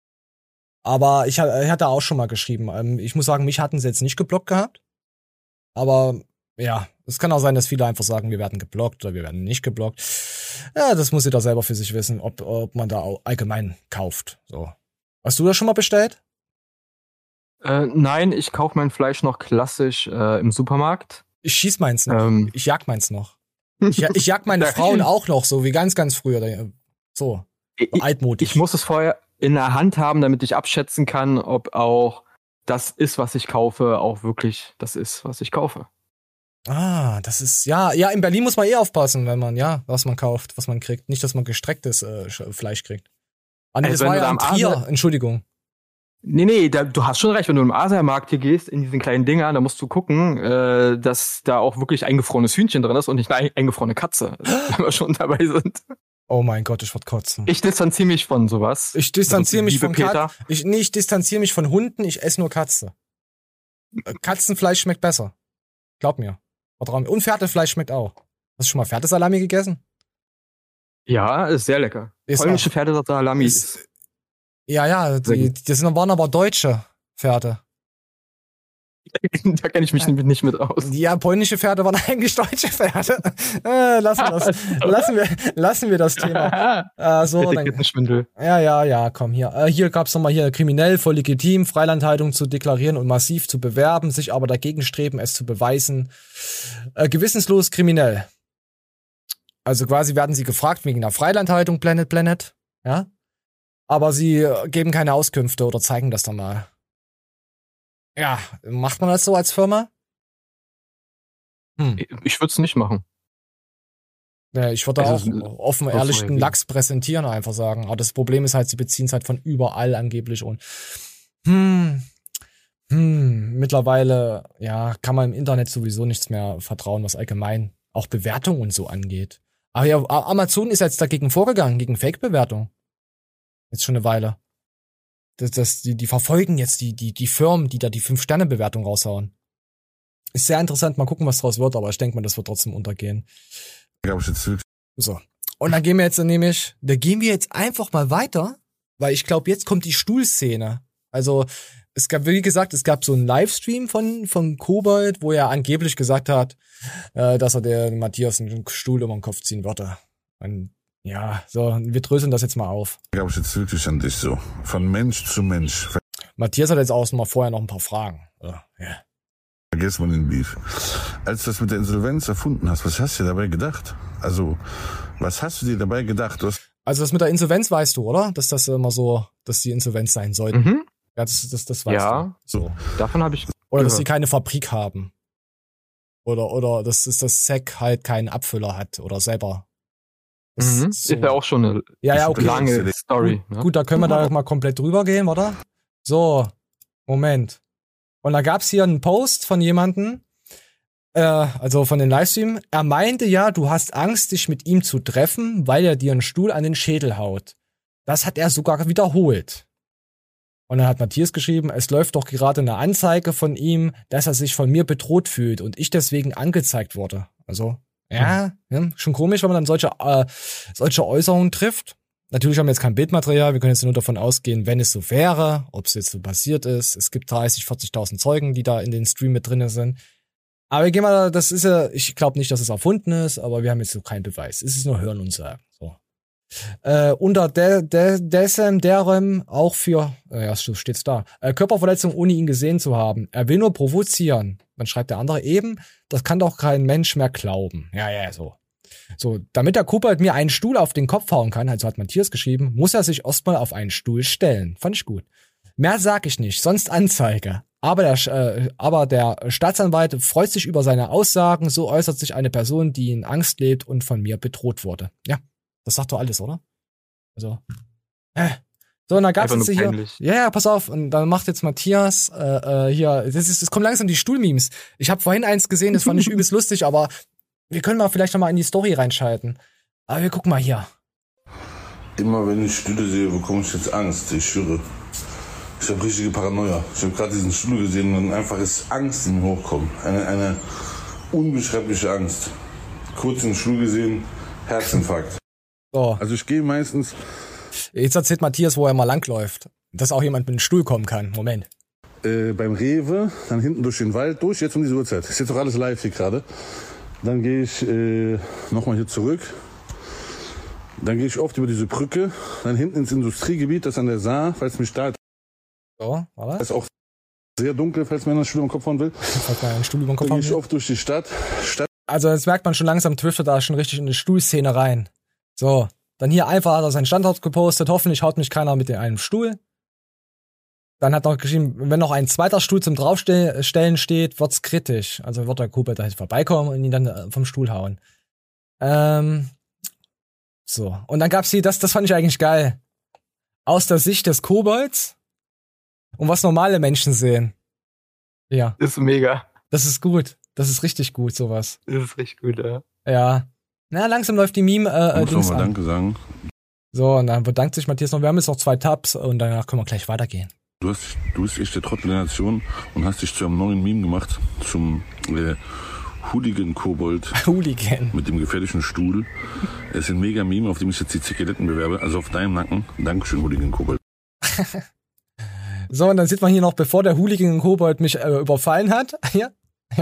Aber ich hatte auch schon mal geschrieben. Ich muss sagen, mich hatten sie jetzt nicht geblockt gehabt. Aber ja, es kann auch sein, dass viele einfach sagen, wir werden geblockt oder wir werden nicht geblockt. Ja, das muss jeder selber für sich wissen, ob man da allgemein kauft. So. Hast du das schon mal bestellt? Nein, ich kaufe mein Fleisch noch klassisch im Supermarkt. Ich schieß meins noch. Ich jag meins noch. Ich jag meine Frauen auch noch, so wie ganz, ganz früher. So, altmodisch. Ich muss es vorher in der Hand haben, damit ich abschätzen kann, ob auch das ist, was ich kaufe, auch wirklich das ist, was ich kaufe. Das ist, ja, in Berlin muss man aufpassen, wenn man, was man kauft, was man kriegt. Nicht, dass man gestrecktes Fleisch kriegt. Das war ja am Trier, Entschuldigung. Nee, du hast schon recht, wenn du im Asiamarkt hier gehst, in diesen kleinen Dingern, da musst du gucken, dass da auch wirklich eingefrorenes Hühnchen drin ist und nicht eine eingefrorene Katze, wenn wir schon dabei sind. Oh mein Gott, ich werd kotzen. Ich distanziere mich von sowas. Ich distanziere mich von Katzen. Ich distanziere mich von Hunden, ich esse nur Katze. Katzenfleisch schmeckt besser. Glaub mir. Vertrau mir. Und Pferdefleisch schmeckt auch. Hast du schon mal Pferdesalami gegessen? Ja, ist sehr lecker. Polnische Pferdesalami. Die waren aber deutsche Pferde. Da kenne ich mich nicht mit aus. Ja, polnische Pferde waren eigentlich deutsche Pferde. Lassen wir das Thema. Etikettenschwindel. Ja, komm hier. Hier gab's nochmal kriminell, voll legitim, Freilandhaltung zu deklarieren und massiv zu bewerben, sich aber dagegen streben, es zu beweisen. Gewissenslos kriminell. Also quasi werden sie gefragt wegen einer Freilandhaltung, Planet, ja. Aber sie geben keine Auskünfte oder zeigen das dann mal. Ja, macht man das so als Firma? Ich würde es nicht machen. Ja, ich würde auch offen ehrlich den Lachs präsentieren, einfach sagen. Aber das Problem ist halt, sie beziehen es halt von überall angeblich und mittlerweile, kann man im Internet sowieso nichts mehr vertrauen, was allgemein auch Bewertungen und so angeht. Aber ja, Amazon ist jetzt dagegen vorgegangen, gegen Fake-Bewertung. Jetzt schon eine Weile. Die verfolgen jetzt die Firmen, die da die 5-Sterne-Bewertung raushauen. Ist sehr interessant, mal gucken, was draus wird, aber ich denke mal, das wird trotzdem untergehen. So. Und dann gehen wir jetzt einfach mal weiter, weil ich glaube, jetzt kommt die Stuhlszene. Also, es gab so einen Livestream von Kobold, wo er angeblich gesagt hat, dass er der Matthias einen Stuhl über den Kopf ziehen würde. Und ja, so, wir dröseln das jetzt mal auf. Ich glaube jetzt wirklich an dich so. Von Mensch zu Mensch. Matthias hat jetzt auch mal vorher noch ein paar Fragen. Vergesst man den Beef. Als du das mit der Insolvenz erfunden hast, was hast du dir dabei gedacht? Also, was hast du dir dabei gedacht? Also das mit der Insolvenz weißt du, oder? Dass das immer so, dass die Insolvenz sein sollten. Mhm. Ja, das weißt du. Ja, so. Davon habe ich Oder dass sie keine Fabrik haben. Oder dass das SEC halt keinen Abfüller hat oder selber. Ist ja auch schon eine lange Story. Ne? Gut, da können wir da mal komplett drüber gehen, oder? So, Moment. Und da gab's hier einen Post von jemandem, also von den Livestream. Er meinte ja, du hast Angst, dich mit ihm zu treffen, weil er dir einen Stuhl an den Schädel haut. Das hat er sogar wiederholt. Und dann hat Matthias geschrieben, es läuft doch gerade eine Anzeige von ihm, dass er sich von mir bedroht fühlt und ich deswegen angezeigt wurde. Also, schon komisch, wenn man dann solche Äußerungen trifft. Natürlich haben wir jetzt kein Bildmaterial, wir können jetzt nur davon ausgehen, wenn es so wäre, ob es jetzt so passiert ist. Es gibt 40.000 Zeugen, die da in den Stream mit drin sind. Aber wir gehen mal, das ist ja, ich glaube nicht, dass es erfunden ist, aber wir haben jetzt so keinen Beweis. Es ist nur Hören und Sagen. So. Unter derem auch für, so steht's da, Körperverletzung ohne ihn gesehen zu haben. Er will nur provozieren. Dann schreibt der andere eben, das kann doch kein Mensch mehr glauben. Ja, so. So, damit der Kobold mir einen Stuhl auf den Kopf hauen kann, also hat Matthias geschrieben, muss er sich erstmal auf einen Stuhl stellen. Fand ich gut. Mehr sag ich nicht, sonst Anzeige. Aber der Staatsanwalt freut sich über seine Aussagen, so äußert sich eine Person, die in Angst lebt und von mir bedroht wurde. Ja, das sagt doch alles, oder? Also, So, und dann gab's jetzt hier, ja, pass auf, und dann macht jetzt Matthias, hier, es kommen langsam die Stuhlmemes. Ich habe vorhin eins gesehen, das fand ich übelst lustig, aber wir können mal vielleicht noch mal in die Story reinschalten. Aber wir gucken mal hier. Immer wenn ich Stühle sehe, bekomme ich jetzt Angst, ich schwöre. Ich habe richtige Paranoia. Ich habe gerade diesen Stuhl gesehen und einfach ist Angst in mir hochkommen. Eine unbeschreibliche Angst. Kurz den Stuhl gesehen, Herzinfarkt. So. Also ich gehe meistens... Jetzt erzählt Matthias, wo er mal langläuft. Dass auch jemand mit dem Stuhl kommen kann. Moment. Beim Rewe, dann hinten durch den Wald durch, jetzt um diese Uhrzeit. Ist jetzt doch alles live hier gerade. Dann gehe ich nochmal hier zurück. Dann gehe ich oft über diese Brücke, dann hinten ins Industriegebiet, das an der Saar, falls mich da... So, warte. Das ist auch sehr dunkel, falls man einen Stuhl über den Kopf hauen will. Falls man einen Stuhl über den Kopf dann haben gehe ich oft durch die Stadt. Also jetzt merkt man schon langsam, driftet da schon richtig in die Stuhlszene rein. So, dann hier einfach hat er seinen Standort gepostet. Hoffentlich haut mich keiner mit in einem Stuhl. Dann hat er geschrieben, wenn noch ein zweiter Stuhl zum Draufstellen steht, wird's kritisch. Also wird der Kobold da halt vorbeikommen und ihn dann vom Stuhl hauen. So. Und dann gab's hier, das fand ich eigentlich geil. Aus der Sicht des Kobolds und was normale Menschen sehen. Ja. Ist mega. Das ist gut. Das ist richtig gut, sowas. Das ist richtig gut, ja. Ja. Na, langsam läuft die Meme, muss Dings mal an. Danke sagen. So, und dann bedankt sich Matthias noch. Wir haben jetzt noch 2 Tabs und danach können wir gleich weitergehen. Du bist echt der Trottel der Nation und hast dich zu einem neuen Meme gemacht, zum Hooligan-Kobold. Hooligan. Mit dem gefährlichen Stuhl. Es ist ein mega Meme, auf dem ich jetzt die Zigaretten bewerbe, also auf deinem Nacken. Dankeschön, Hooligan-Kobold. So, und dann sieht man hier noch, bevor der Hooligan-Kobold mich überfallen hat. Ja.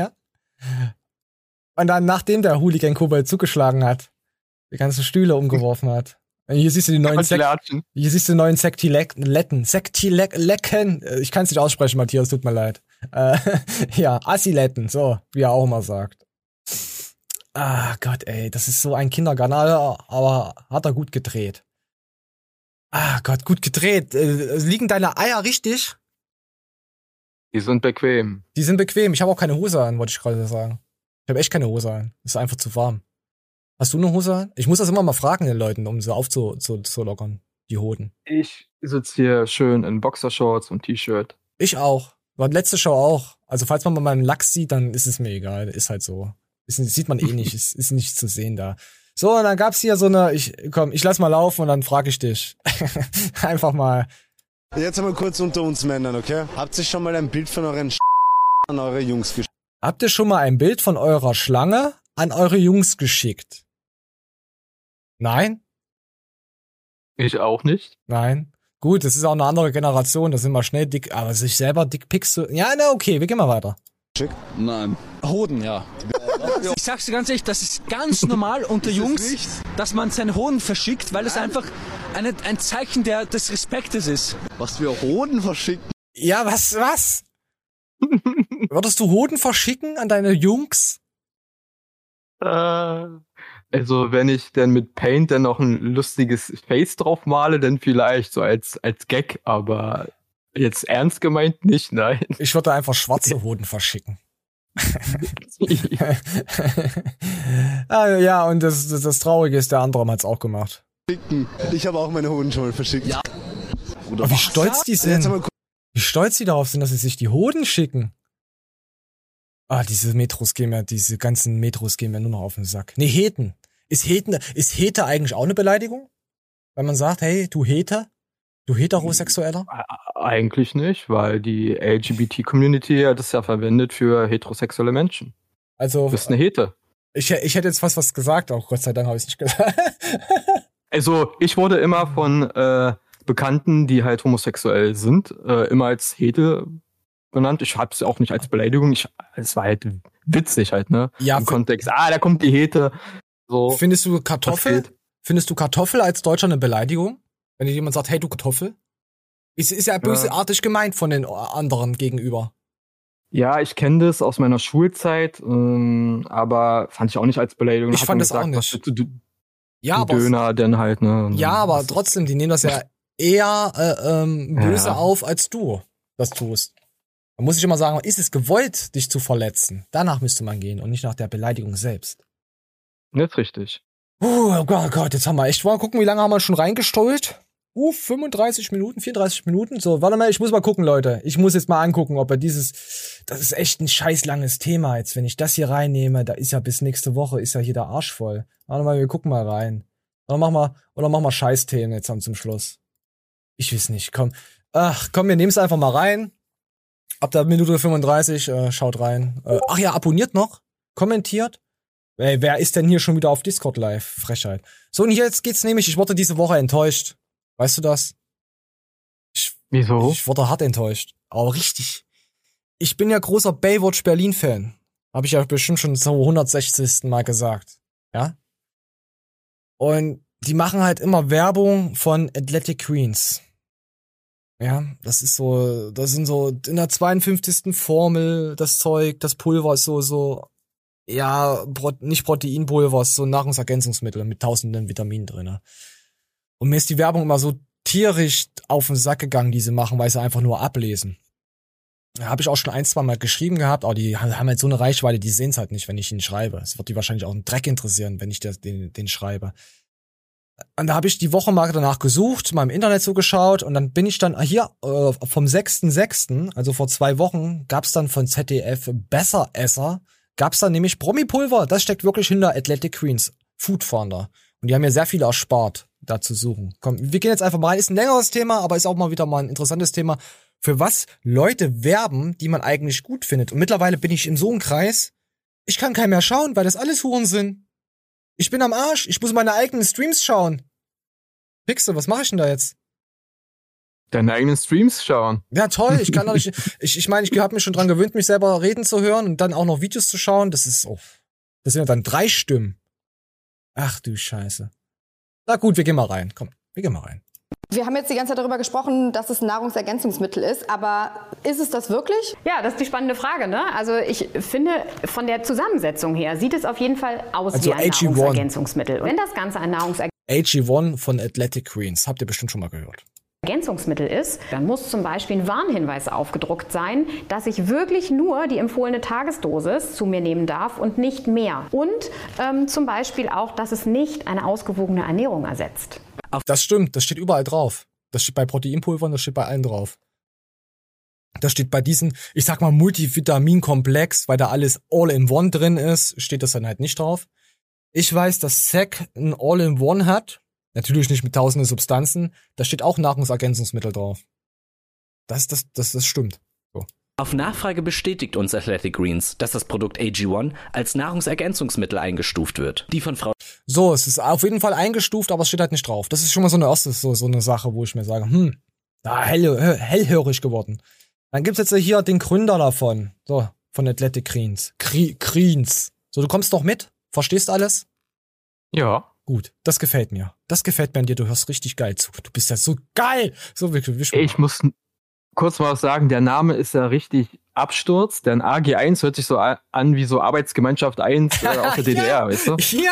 Und dann, nachdem der Hooligan-Kobold zugeschlagen hat, die ganzen Stühle umgeworfen hat. Und hier siehst du die neuen Sektiletten. Sektilecken. Ich kann es nicht aussprechen, Matthias, tut mir leid. Ja, Assiletten, so, wie er auch immer sagt. Ah Gott, ey, das ist so ein Kindergarten, aber hat er gut gedreht. Ah Gott, gut gedreht. Liegen deine Eier richtig? Die sind bequem. Die sind bequem. Ich habe auch keine Hose an, wollte ich gerade sagen. Ich habe echt keine Hose an. Ist einfach zu warm. Hast du eine Hose an? Ich muss das immer mal fragen den Leuten, um sie aufzulockern, die Hoden. Ich sitze hier schön in Boxershorts und T-Shirt. Ich auch. War letzte Show auch. Also falls man mal meinen Lachs sieht, dann ist es mir egal. Ist halt so. Sieht man eh nicht. ist nicht zu sehen da. So, und dann gab's hier so eine, ich lass mal laufen und dann frage ich dich. Einfach mal. Jetzt einmal kurz unter uns Männern, okay? Habt ihr schon mal ein Bild von euren an eure Jungs geschickt? Habt ihr schon mal ein Bild von eurer Schlange an eure Jungs geschickt? Nein? Ich auch nicht. Nein. Gut, das ist auch eine andere Generation, da sind wir schnell dick, aber sich selber Dickpics zu... Ja, na okay, wir gehen mal weiter. Nein. Hoden, ja. Ich sag's dir ganz ehrlich, das ist ganz normal unter Jungs, dass man seinen Hoden verschickt, weil es einfach ein Zeichen des Respektes ist. Was wir Hoden verschicken? Ja, was? Würdest du Hoden verschicken an deine Jungs? Also wenn ich dann mit Paint dann noch ein lustiges Face drauf male, dann vielleicht so als Gag, aber jetzt ernst gemeint nicht, nein. Ich würde einfach schwarze Hoden verschicken. Ja, und das Traurige ist, der andere hat's auch gemacht. Ich habe auch meine Hoden schon mal verschickt. Ja. Aber wie stolz die sind. Wie stolz die darauf sind, dass sie sich die Hoden schicken. Ah, diese ganzen Metros gehen mir nur noch auf den Sack. Nee, Heten. Ist Hete eigentlich auch eine Beleidigung? Wenn man sagt, hey, du Hete? Du Heterosexueller? Eigentlich nicht, weil die LGBT-Community hat das ja verwendet für heterosexuelle Menschen. Also. Du bist eine Hete. Ich hätte jetzt fast was gesagt, auch Gott sei Dank habe ich es nicht gesagt. Also, ich wurde immer von Bekannten, die halt homosexuell sind, immer als Hete genannt. Ich hab's auch nicht als Beleidigung. Es war halt witzig halt, ne? Ja. Im Kontext, da kommt die Hete. So. Findest du Kartoffel als Deutscher eine Beleidigung? Wenn dir jemand sagt, hey, du Kartoffel? Ist ja bösartig gemeint von den anderen gegenüber. Ja, ich kenne das aus meiner Schulzeit, aber fand ich auch nicht als Beleidigung. Ich fand das auch nicht. Ja, aber Döner denn halt, ne? Ja, aber trotzdem, die nehmen das ja eher böse auf, als du das tust. Da muss ich immer sagen, ist es gewollt, dich zu verletzen? Danach müsste man gehen und nicht nach der Beleidigung selbst. Nicht richtig. Oh Gott, jetzt haben wir echt mal gucken, wie lange haben wir schon reingestollt? 35 Minuten, 34 Minuten. So, warte mal, ich muss mal gucken, Leute. Ich muss jetzt mal angucken, ob er das ist echt ein scheiß langes Thema jetzt. Wenn ich das hier reinnehme, da ist ja bis nächste Woche, ist ja hier der Arsch voll. Warte mal, wir gucken mal rein. Oder mach mal Scheißthemen jetzt zum Schluss. Ich weiß nicht, komm, wir nehmen es einfach mal rein. Ab der Minute 35, schaut rein. Ach ja, abonniert noch, kommentiert. Ey, wer ist denn hier schon wieder auf Discord live? Frechheit. So, und jetzt geht's nämlich, ich wurde diese Woche enttäuscht. Weißt du das? Wieso? Ich wurde hart enttäuscht. Aber richtig. Ich bin ja großer Baywatch Berlin-Fan. Habe ich ja bestimmt schon so 160. Mal gesagt. Ja? Und die machen halt immer Werbung von Athletic Greens. Ja, das sind so in der 52. Formel das Zeug, das Pulver ist so, ja, nicht Proteinpulver, ist so Nahrungsergänzungsmittel mit tausenden Vitaminen drinne. Und mir ist die Werbung immer so tierisch auf den Sack gegangen, die sie machen, weil sie einfach nur ablesen. Da habe ich auch schon 1-2 Mal geschrieben gehabt, aber die haben halt so eine Reichweite, die sehen es halt nicht, wenn ich ihnen schreibe. Es wird die wahrscheinlich auch einen Dreck interessieren, wenn ich den schreibe. Und da habe ich die Woche mal danach gesucht, mal im Internet so geschaut und dann bin ich dann hier vom 6.6., also vor 2 Wochen, gab's dann von ZDF Besseresser, gab's dann nämlich Promipulver. Das steckt wirklich hinter Athletic Greens, Foodfinder. Und die haben mir sehr viel erspart, da zu suchen. Komm, wir gehen jetzt einfach mal rein. Ist ein längeres Thema, aber ist auch mal wieder mal ein interessantes Thema, für was Leute werben, die man eigentlich gut findet. Und mittlerweile bin ich in so einem Kreis, ich kann keinen mehr schauen, weil das alles Huren sind. Ich bin am Arsch, ich muss meine eigenen Streams schauen. Pixel, was mache ich denn da jetzt? Deine eigenen Streams schauen. Ja, toll, ich kann doch nicht, ich meine, ich habe mich schon dran gewöhnt, mich selber reden zu hören und dann auch noch Videos zu schauen. Das ist, das sind ja dann 3 Stimmen. Ach du Scheiße. Na gut, wir gehen mal rein. Komm, wir gehen mal rein. Wir haben jetzt die ganze Zeit darüber gesprochen, dass es ein Nahrungsergänzungsmittel ist, aber ist es das wirklich? Ja, das ist die spannende Frage, ne? Also ich finde, von der Zusammensetzung her sieht es auf jeden Fall aus wie ein Nahrungsergänzungsmittel. Wenn das Ganze ein AG1 von Athletic Greens, habt ihr bestimmt schon mal gehört. Ergänzungsmittel ist, dann muss zum Beispiel ein Warnhinweis aufgedruckt sein, dass ich wirklich nur die empfohlene Tagesdosis zu mir nehmen darf und nicht mehr. Und zum Beispiel auch, dass es nicht eine ausgewogene Ernährung ersetzt. Das stimmt, das steht überall drauf. Das steht bei Proteinpulvern, das steht bei allen drauf. Das steht bei diesen, ich sag mal, Multivitaminkomplex, weil da alles All-in-One drin ist, steht das dann halt nicht drauf. Ich weiß, dass SEC ein All-in-One hat. Natürlich nicht mit tausenden Substanzen. Da steht auch Nahrungsergänzungsmittel drauf. Das stimmt. So. Auf Nachfrage bestätigt uns Athletic Greens, dass das Produkt AG1 als Nahrungsergänzungsmittel eingestuft wird. Die von Frau. So, es ist auf jeden Fall eingestuft, aber es steht halt nicht drauf. Das ist schon mal so eine erste, so eine Sache, wo ich mir sage, da hellhörig geworden. Dann gibt's jetzt hier den Gründer davon. So, von Athletic Greens. Greens. So, du kommst doch mit? Verstehst alles? Ja. Gut, das gefällt mir. Das gefällt mir an dir, du hörst richtig geil zu. Du bist ja so geil. So wirklich. Ich muss kurz mal was sagen, der Name ist ja richtig Absturz, denn AG1 hört sich so an wie so Arbeitsgemeinschaft 1 aus der DDR, ja, weißt du?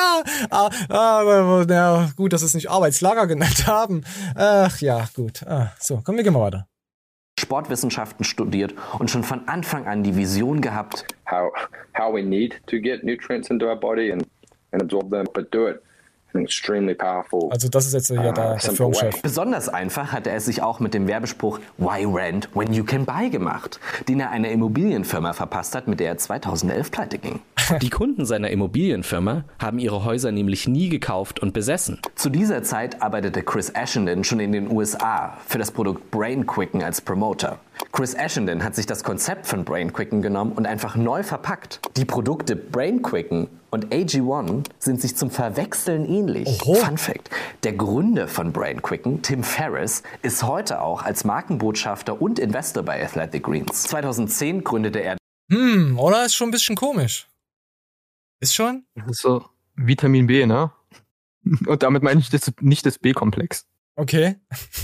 Ja, gut, dass sie es nicht Arbeitslager genannt haben. Ach ja, gut. So, komm, wir gehen mal weiter. Sportwissenschaften studiert und schon von Anfang an die Vision gehabt, how we need to get nutrients into our body and absorb them, but do it. Extremely powerful. Also das ist jetzt hier der Firmenchef. Besonders einfach hat er es sich auch mit dem Werbespruch Why rent when you can buy gemacht, den er einer Immobilienfirma verpasst hat, mit der er 2011 pleite ging. Die Kunden seiner Immobilienfirma haben ihre Häuser nämlich nie gekauft und besessen. Zu dieser Zeit arbeitete Chris Ashenden schon in den USA für das Produkt BrainQuicken als Promoter. Chris Ashenden hat sich das Konzept von BrainQuicken genommen und einfach neu verpackt. Die Produkte BrainQuicken und AG1 sind sich zum Verwechseln ähnlich. Oho. Fun Fact: Der Gründer von BrainQuicken, Tim Ferriss, ist heute auch als Markenbotschafter und Investor bei Athletic Greens. 2010 gründete er... Oder? Ist schon ein bisschen komisch. Ist schon? Das ist so Vitamin B, ne? Und damit meine ich nicht das B-Komplex. Okay.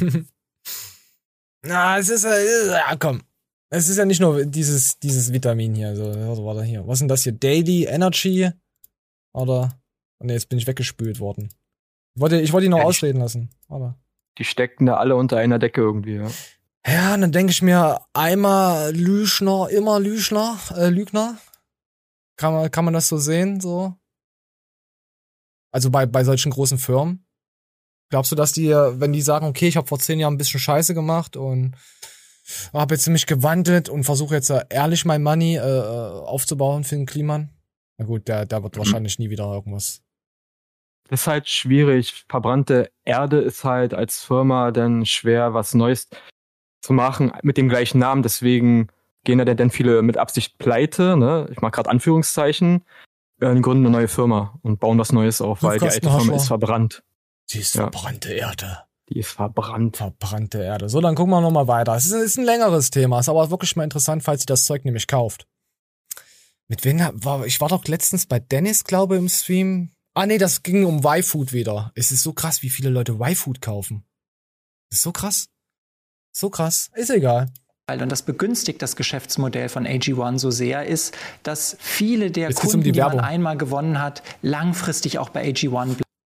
Na, es ist komm. Es ist ja nicht nur dieses Vitamin hier. So, warte hier. Was ist denn das hier? Daily Energy? Oder? Oh ne, jetzt bin ich weggespült worden. Ich wollte ihn noch ausreden lassen. Warte. Die steckten da alle unter einer Decke irgendwie, ja. Ja, dann denke ich mir, einmal Lügner, immer Lügner. Kann man das so sehen, so? Also bei solchen großen Firmen? Glaubst du, dass die, wenn die sagen, okay, ich habe vor 10 Jahren ein bisschen Scheiße gemacht und habe jetzt mich gewandelt und versuche jetzt ehrlich mein Money aufzubauen für den Kliman? Na gut, der wird wahrscheinlich nie wieder irgendwas. Das ist halt schwierig. Verbrannte Erde ist halt als Firma dann schwer, was Neues zu machen mit dem gleichen Namen. Deswegen gehen da dann viele mit Absicht pleite, ne? Ich mag gerade Anführungszeichen, gründen eine neue Firma und bauen was Neues auf, weil die alte Firma ist verbrannt. Die ist verbrannte Erde. Die ist verbrannt. Verbrannte Erde. So, dann gucken wir nochmal weiter. Es ist ein längeres Thema, ist aber wirklich mal interessant, falls ihr das Zeug nämlich kauft. Mit wem ich war doch letztens bei Dennis, glaube ich, im Stream. Nee, das ging um Y-Food wieder. Es ist so krass, wie viele Leute Y-Food kaufen. Das ist so krass. So krass. Ist egal. Und das begünstigt das Geschäftsmodell von AG1 so sehr, ist, dass viele der Jetzt Kunden, die man einmal gewonnen hat, langfristig auch bei AG1 bleiben.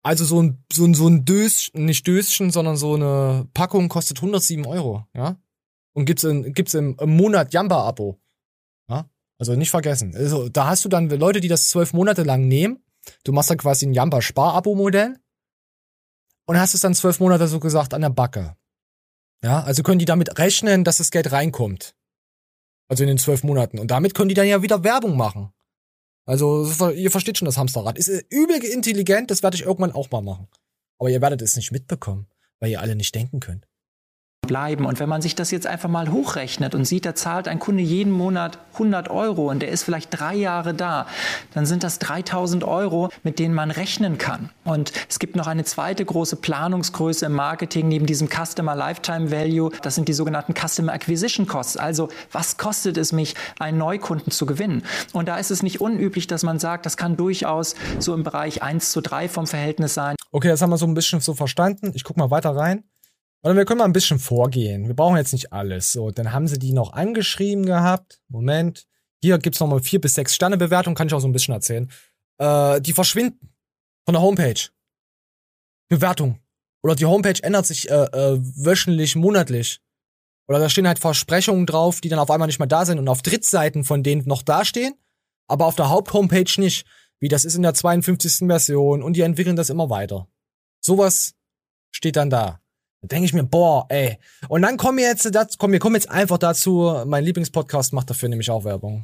Also so ein Döschen, nicht Döschen, sondern so eine Packung kostet 107 €, ja? Und gibt's im Monat Jamba-Abo. Ja? Also nicht vergessen. Also da hast du dann Leute, die das 12 Monate lang nehmen. Du machst dann quasi ein Jamba-Spar-Abo-Modell und hast es dann 12 Monate so gesagt an der Backe. Ja, also können die damit rechnen, dass das Geld reinkommt. Also in den 12 Monaten. Und damit können die dann ja wieder Werbung machen. Also, ihr versteht schon das Hamsterrad. Ist übel intelligent, das werde ich irgendwann auch mal machen. Aber ihr werdet es nicht mitbekommen, weil ihr alle nicht denken könnt. Bleiben. Und wenn man sich das jetzt einfach mal hochrechnet und sieht, da zahlt ein Kunde jeden Monat 100 € und der ist vielleicht 3 Jahre da, dann sind das 3.000 €, mit denen man rechnen kann. Und es gibt noch eine zweite große Planungsgröße im Marketing neben diesem Customer Lifetime Value. Das sind die sogenannten Customer Acquisition Costs. Also was kostet es mich, einen Neukunden zu gewinnen? Und da ist es nicht unüblich, dass man sagt, das kann durchaus so im Bereich 1:3 vom Verhältnis sein. Okay, das haben wir so ein bisschen so verstanden. Ich guck mal weiter rein. Oder wir können mal ein bisschen vorgehen. Wir brauchen jetzt nicht alles. So, dann haben sie die noch angeschrieben gehabt. Moment. Hier gibt's nochmal 4 bis 6 Sterne Bewertung. Kann ich auch so ein bisschen erzählen. Die verschwinden von der Homepage. Bewertung. Oder die Homepage ändert sich wöchentlich, monatlich. Oder da stehen halt Versprechungen drauf, die dann auf einmal nicht mehr da sind und auf Drittseiten von denen noch dastehen, aber auf der Haupthomepage nicht. Wie das ist in der 52. Version und die entwickeln das immer weiter. Sowas steht dann da. Da denke ich mir, boah, ey. Und dann kommen wir jetzt einfach dazu, mein Lieblingspodcast macht dafür nämlich auch Werbung.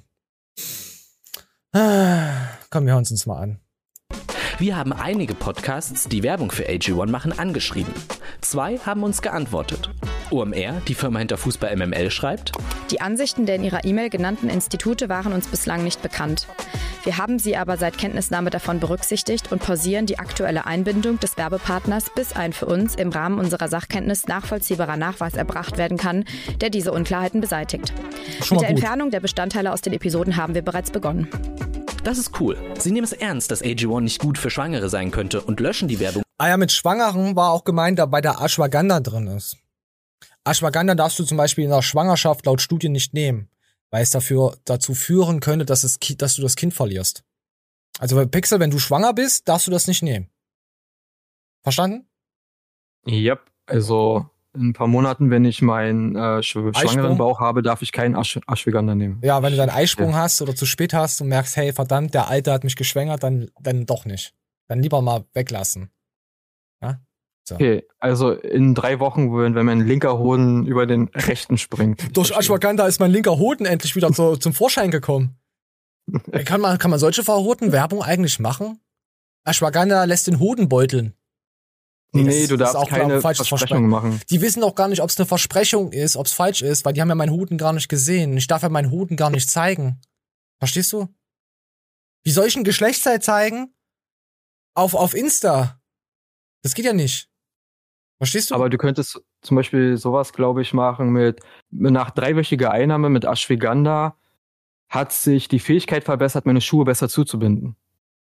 Komm, wir hören es uns mal an. Wir haben einige Podcasts, die Werbung für AG1 machen, angeschrieben. 2 haben uns geantwortet. OMR, die Firma hinter Fußball MML, schreibt: Die Ansichten der in ihrer E-Mail genannten Institute waren uns bislang nicht bekannt. Wir haben sie aber seit Kenntnisnahme davon berücksichtigt und pausieren die aktuelle Einbindung des Werbepartners, bis ein für uns im Rahmen unserer Sachkenntnis nachvollziehbarer Nachweis erbracht werden kann, der diese Unklarheiten beseitigt. Mit der Entfernung der Bestandteile aus den Episoden haben wir bereits begonnen. Das ist cool. Sie nehmen es ernst, dass AG1 nicht gut für Schwangere sein könnte und löschen die Werbung. Ah ja, mit Schwangeren war auch gemeint, da bei der Ashwagandha drin ist. Ashwagandha darfst du zum Beispiel in der Schwangerschaft laut Studien nicht nehmen, weil es dazu führen könnte, dass du das Kind verlierst. Also bei Pixel, wenn du schwanger bist, darfst du das nicht nehmen. Verstanden? Yep, also in ein paar Monaten, wenn ich meinen schwangeren Bauch habe, darf ich keinen Ashwagandha nehmen. Ja, wenn du deinen Eisprung hast oder zu spät hast und merkst, hey, verdammt, der Alte hat mich geschwängert, dann doch nicht. Dann lieber mal weglassen. Ja? So. Okay, also in 3 Wochen, wenn mein linker Hoden über den rechten springt. Durch Ashwagandha ist mein linker Hoden endlich wieder zum Vorschein gekommen. Kann man solche verroten Werbung eigentlich machen? Ashwagandha lässt den Hoden beuteln. Nee, du darfst auch keine Versprechung machen. Die wissen auch gar nicht, ob es eine Versprechung ist, ob es falsch ist, weil die haben ja meinen Hoden gar nicht gesehen. Ich darf ja meinen Hoden gar nicht zeigen. Verstehst du? Wie soll ich ein Geschlechtsteil zeigen? Auf Insta. Das geht ja nicht. Verstehst du? Aber du könntest zum Beispiel sowas, glaube ich, machen nach 3-wöchiger Einnahme mit Ashwagandha hat sich die Fähigkeit verbessert, meine Schuhe besser zuzubinden.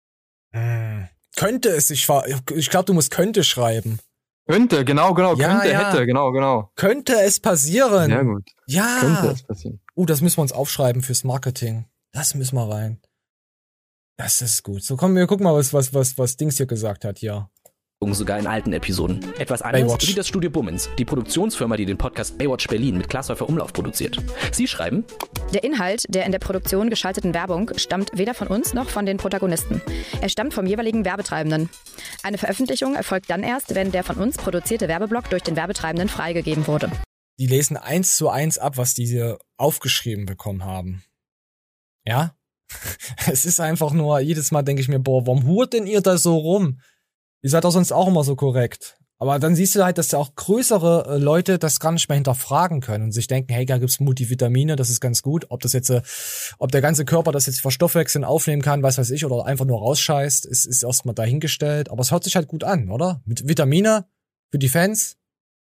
Könnte es sich ich glaube, du musst könnte schreiben. Könnte, genau, ja, hätte, genau. Könnte es passieren. Sehr gut. Ja. Könnte es passieren. Das müssen wir uns aufschreiben fürs Marketing. Das müssen wir rein. Das ist gut. So, komm, wir gucken mal, was Dings hier gesagt hat hier. Sogar in alten Episoden. Etwas anderes wie das Studio Bummens, die Produktionsfirma, die den Podcast Baywatch Berlin mit Glashäufer Umlauf produziert. Sie schreiben: Der Inhalt der in der Produktion geschalteten Werbung stammt weder von uns noch von den Protagonisten. Er stammt vom jeweiligen Werbetreibenden. Eine Veröffentlichung erfolgt dann erst, wenn der von uns produzierte Werbeblock durch den Werbetreibenden freigegeben wurde. Die lesen 1:1 ab, was diese aufgeschrieben bekommen haben. Ja? Es ist einfach nur, jedes Mal denke ich mir, boah, warum hurt denn ihr da so rum? Ihr seid doch sonst auch immer so korrekt. Aber dann siehst du halt, dass ja auch größere Leute das gar nicht mehr hinterfragen können und sich denken, hey, da gibt's Multivitamine, das ist ganz gut. Ob der ganze Körper das jetzt verstoffwechseln, aufnehmen kann, weiß ich, oder einfach nur rausscheißt, ist erstmal dahingestellt. Aber es hört sich halt gut an, oder? Mit Vitamine für die Fans.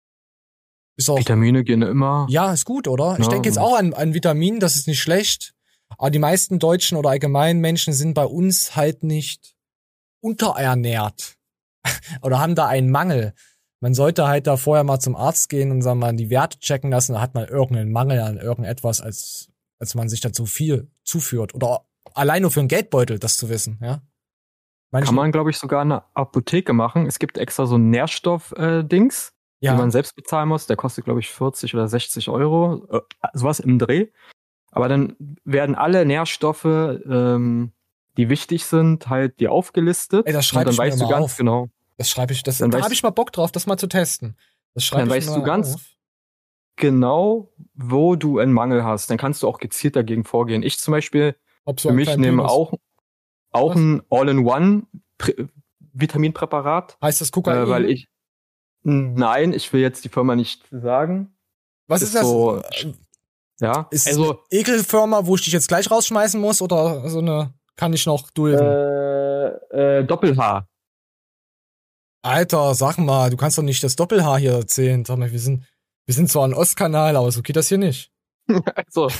Ist auch, Vitamine gehen immer. Ja, ist gut, oder? Ich denke jetzt auch an Vitaminen, das ist nicht schlecht. Aber die meisten Deutschen oder allgemein Menschen sind bei uns halt nicht unterernährt. Oder haben da einen Mangel. Man sollte halt da vorher mal zum Arzt gehen und sagen mal die Werte checken lassen, da hat man irgendeinen Mangel an irgendetwas, als man sich dazu viel zuführt. Oder allein nur für einen Geldbeutel, das zu wissen, ja. Kann man, glaube ich, sogar in einer Apotheke machen. Es gibt extra so ein Nährstoff-Dings, den man selbst bezahlen muss. Der kostet, glaube ich, 40 oder 60 Euro. Sowas im Dreh. Aber dann werden alle Nährstoffe, die wichtig sind, halt dir aufgelistet. Ey, das schreibe ich mir weißt du ganz auf. genau. Das schreibe ich, da habe ich mal Bock drauf, das mal zu testen. Dann weißt du ganz genau, wo du einen Mangel hast. Dann kannst du auch gezielt dagegen vorgehen. Ich zum Beispiel, für mich nehme auch ein All-in-One-Vitaminpräparat. Heißt das Kokain? Nein, ich will jetzt die Firma nicht sagen. Was ist das? So, ja, ist also eine Ekelfirma, wo ich dich jetzt gleich rausschmeißen muss, oder so eine kann ich noch dulden? Doppel-H. Alter, sag mal, du kannst doch nicht das Doppel-H hier erzählen. Sag mal, wir sind zwar ein Ostkanal, aber so geht das hier nicht. Also.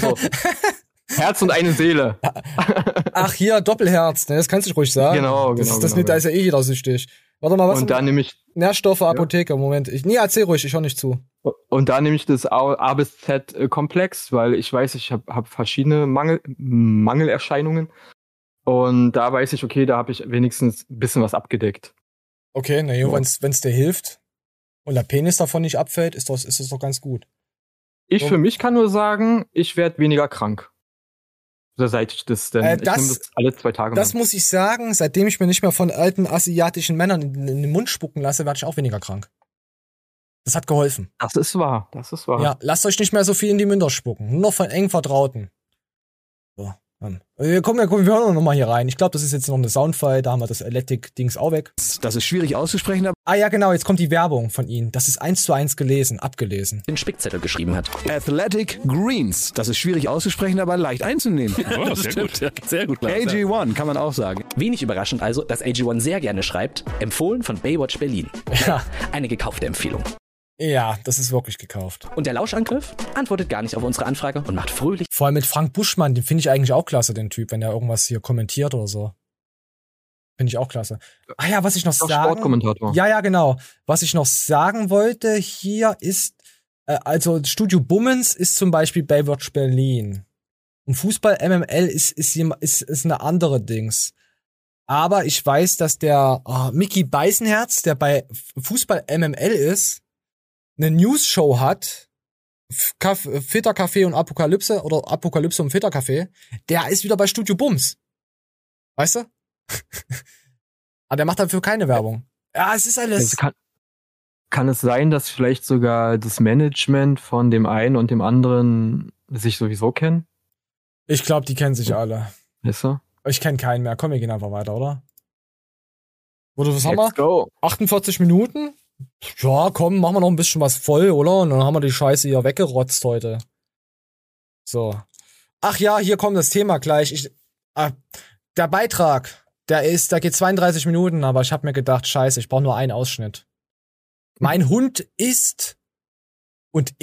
Herz und eine Seele. Ach, hier, Doppelherz, ne? Das kannst du ruhig sagen. Genau. Da ist ja eh jeder süchtig. Warte mal, was? Und da nehme ich Nährstoffe, Apotheke, Moment. Erzähl ruhig, ich höre nicht zu. Und da nehme ich das A bis Z Komplex, weil ich weiß, ich hab verschiedene Mangelerscheinungen. Und da weiß ich, okay, da habe ich wenigstens ein bisschen was abgedeckt. Okay, wenn's dir hilft und der Penis davon nicht abfällt, ist das doch ganz gut. Für mich kann nur sagen, ich werde weniger krank. Seit ich das denn, ich nehme das alle 2 Tage. Das muss ich sagen, seitdem ich mir nicht mehr von alten asiatischen Männern in den Mund spucken lasse, werde ich auch weniger krank. Das hat geholfen. Das ist wahr. Ja, lasst euch nicht mehr so viel in die Münder spucken. Nur noch von eng Vertrauten. So. Wir hören noch mal hier rein. Ich glaube, das ist jetzt noch eine Soundfile, da haben wir das Electric-Dings auch weg. Das ist schwierig auszusprechen. Aber ja, genau, jetzt kommt die Werbung von Ihnen. Das ist 1:1 abgelesen. Den Spickzettel geschrieben hat. Athletic Greens. Das ist schwierig auszusprechen, aber leicht einzunehmen. Oh, das sehr gut. Ja, sehr gut. AG1 kann man auch sagen. Wenig überraschend also, dass AG1 sehr gerne schreibt, empfohlen von Baywatch Berlin. Ja. Eine gekaufte Empfehlung. Ja, das ist wirklich gekauft. Und der Lauschangriff antwortet gar nicht auf unsere Anfrage und macht fröhlich. Vor allem mit Frank Buschmann, den finde ich eigentlich auch klasse, den Typ, wenn der irgendwas hier kommentiert oder so. Finde ich auch klasse. Ah ja, was ich noch sagen... Sportkommentator. Ja, genau. Was ich noch sagen wollte hier ist, also Studio Bummens ist zum Beispiel Baywatch Berlin. Und Fußball MML ist eine andere Dings. Aber ich weiß, dass der Mickey Beisenherz, der bei Fußball MML ist, eine News-Show hat, Filtercafé und Apokalypse oder Apokalypse und Filtercafé, der ist wieder bei Studio Bums. Weißt du? Aber der macht dafür keine Werbung. Ja, es ist alles... Kann es sein, dass vielleicht sogar das Management von dem einen und dem anderen sich sowieso kennen? Ich glaube, die kennen sich alle. Ist so? Ich kenne keinen mehr. Komm, wir gehen einfach weiter, oder? Was haben wir? Go. 48 Minuten? Ja, komm, machen wir noch ein bisschen was voll, oder? Und dann haben wir die Scheiße hier weggerotzt heute. So. Ach ja, hier kommt das Thema gleich. Der Beitrag, der geht 32 Minuten, aber ich habe mir gedacht, scheiße, ich brauche nur einen Ausschnitt. Mein Hund ist mit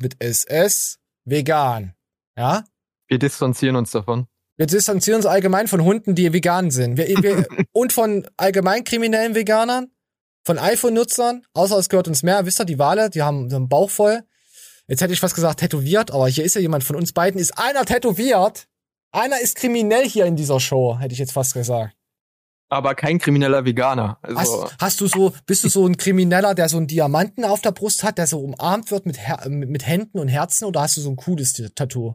SS vegan. Ja? Wir distanzieren uns davon. Wir distanzieren uns allgemein von Hunden, die vegan sind. Und von allgemein kriminellen Veganern. Von iPhone-Nutzern, außer es gehört uns mehr, wisst ihr, die Wale, die haben einen Bauch voll. Jetzt hätte ich fast gesagt tätowiert, aber hier ist ja jemand von uns beiden. Ist einer tätowiert? Einer ist kriminell hier in dieser Show, hätte ich jetzt fast gesagt. Aber kein krimineller Veganer. Also bist du so ein Krimineller, der so einen Diamanten auf der Brust hat, der so umarmt wird mit Händen und Herzen, oder hast du so ein cooles Tattoo?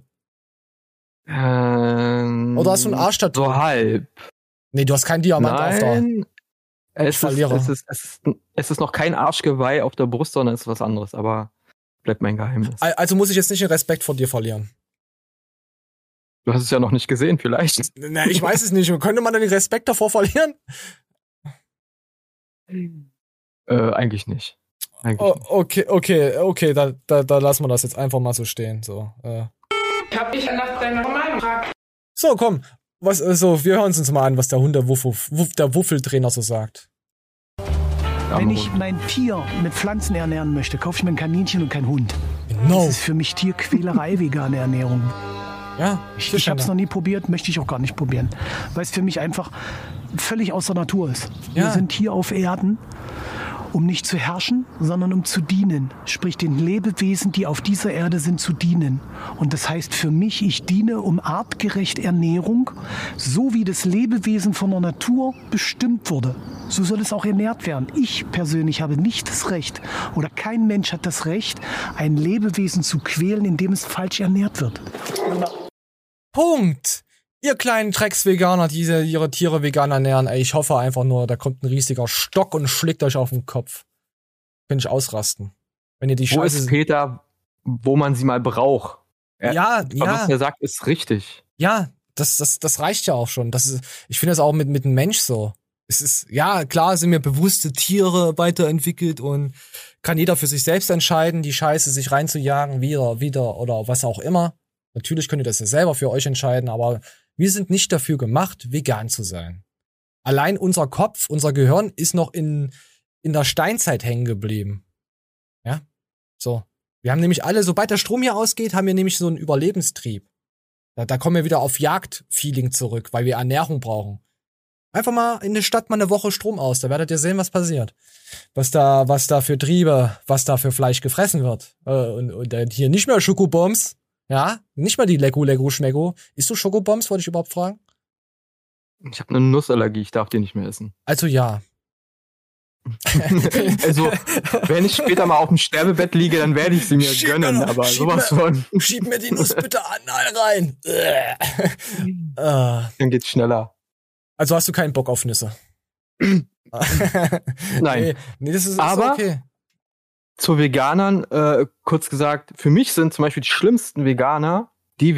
Oder hast du ein Arschtattoo? So halb. Nee, du hast keinen Diamant auf der... Es ist noch kein Arschgeweih auf der Brust, sondern es ist was anderes, aber bleibt mein Geheimnis. Also muss ich jetzt nicht den Respekt vor dir verlieren. Du hast es ja noch nicht gesehen, vielleicht. Na, ich weiß es nicht. Könnte man dann den Respekt davor verlieren? Eigentlich nicht. Okay, da lassen wir das jetzt einfach mal so stehen. So, Hab ich nach deiner Meinung gefragt. So, komm. Wir hören uns mal an, was der Wuffeltrainer so sagt. Wenn ich mein Tier mit Pflanzen ernähren möchte, kaufe ich mir ein Kaninchen und keinen Hund. No. Das ist für mich Tierquälerei, vegane Ernährung. Ja, ich habe es noch nie probiert, möchte ich auch gar nicht probieren, weil es für mich einfach völlig aus der Natur ist. Wir sind hier auf Erden um nicht zu herrschen, sondern um zu dienen. Sprich, den Lebewesen, die auf dieser Erde sind, zu dienen. Und das heißt für mich, ich diene um artgerecht Ernährung, so wie das Lebewesen von der Natur bestimmt wurde. So soll es auch ernährt werden. Ich persönlich habe nicht das Recht, oder kein Mensch hat das Recht, ein Lebewesen zu quälen, indem es falsch ernährt wird. Punkt. Ihr kleinen Drecksveganer, die ihre Tiere vegan ernähren, ey, ich hoffe einfach nur, da kommt ein riesiger Stock und schlägt euch auf den Kopf. Könnte ich ausrasten. Wenn ihr die Wo Scheiße... ist Peter, wo man sie mal braucht? Was er sagt, ist richtig. Ja, das reicht ja auch schon. Ich finde das auch mit einem Mensch so. Es ist, ja, klar sind mir bewusste Tiere weiterentwickelt und kann jeder für sich selbst entscheiden, die Scheiße sich reinzujagen, wieder oder was auch immer. Natürlich könnt ihr das ja selber für euch entscheiden, aber wir sind nicht dafür gemacht, vegan zu sein. Allein unser Kopf, unser Gehirn ist noch in der Steinzeit hängen geblieben. Ja, so. Wir haben nämlich alle, sobald der Strom hier ausgeht, haben wir nämlich so einen Überlebenstrieb. Da kommen wir wieder auf Jagdfeeling zurück, weil wir Ernährung brauchen. Einfach mal in der Stadt mal eine Woche Strom aus, da werdet ihr sehen, was passiert. Was da für Triebe, was da für Fleisch gefressen wird. Und hier nicht mehr Schokobombs. Ja, nicht mal die Lego Schmecko. Isst du Schokobombs, wollte ich überhaupt fragen? Ich habe eine Nussallergie, ich darf die nicht mehr essen. Also ja. Also, wenn ich später mal auf dem Sterbebett liege, dann werde ich sie mir gönnen, aber sowas von. Schieb mir die Nuss bitte anal rein. Dann geht's schneller. Also hast du keinen Bock auf Nüsse? Nein. Nee, das ist aber okay. Zu Veganern, kurz gesagt, für mich sind zum Beispiel die schlimmsten Veganer, die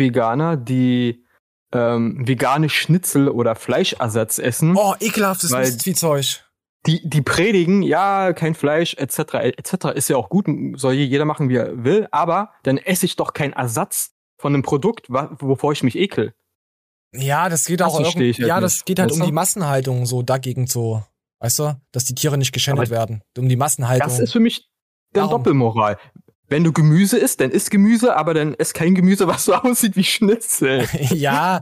vegane Schnitzel oder Fleischersatz essen. Oh, ekelhaftes Mistviehzeug. Die predigen, ja, kein Fleisch, etc. Ist ja auch gut, soll jeder machen, wie er will, aber dann esse ich doch keinen Ersatz von einem Produkt, wovor ich mich ekel. Ja, das geht auch das geht halt um die Massenhaltung so dagegen so, weißt du, dass die Tiere nicht geschändet werden, um die Massenhaltung. Das ist für mich dann Doppelmoral. Wenn du Gemüse isst, dann isst Gemüse, aber dann isst kein Gemüse, was so aussieht wie Schnitzel. Ja.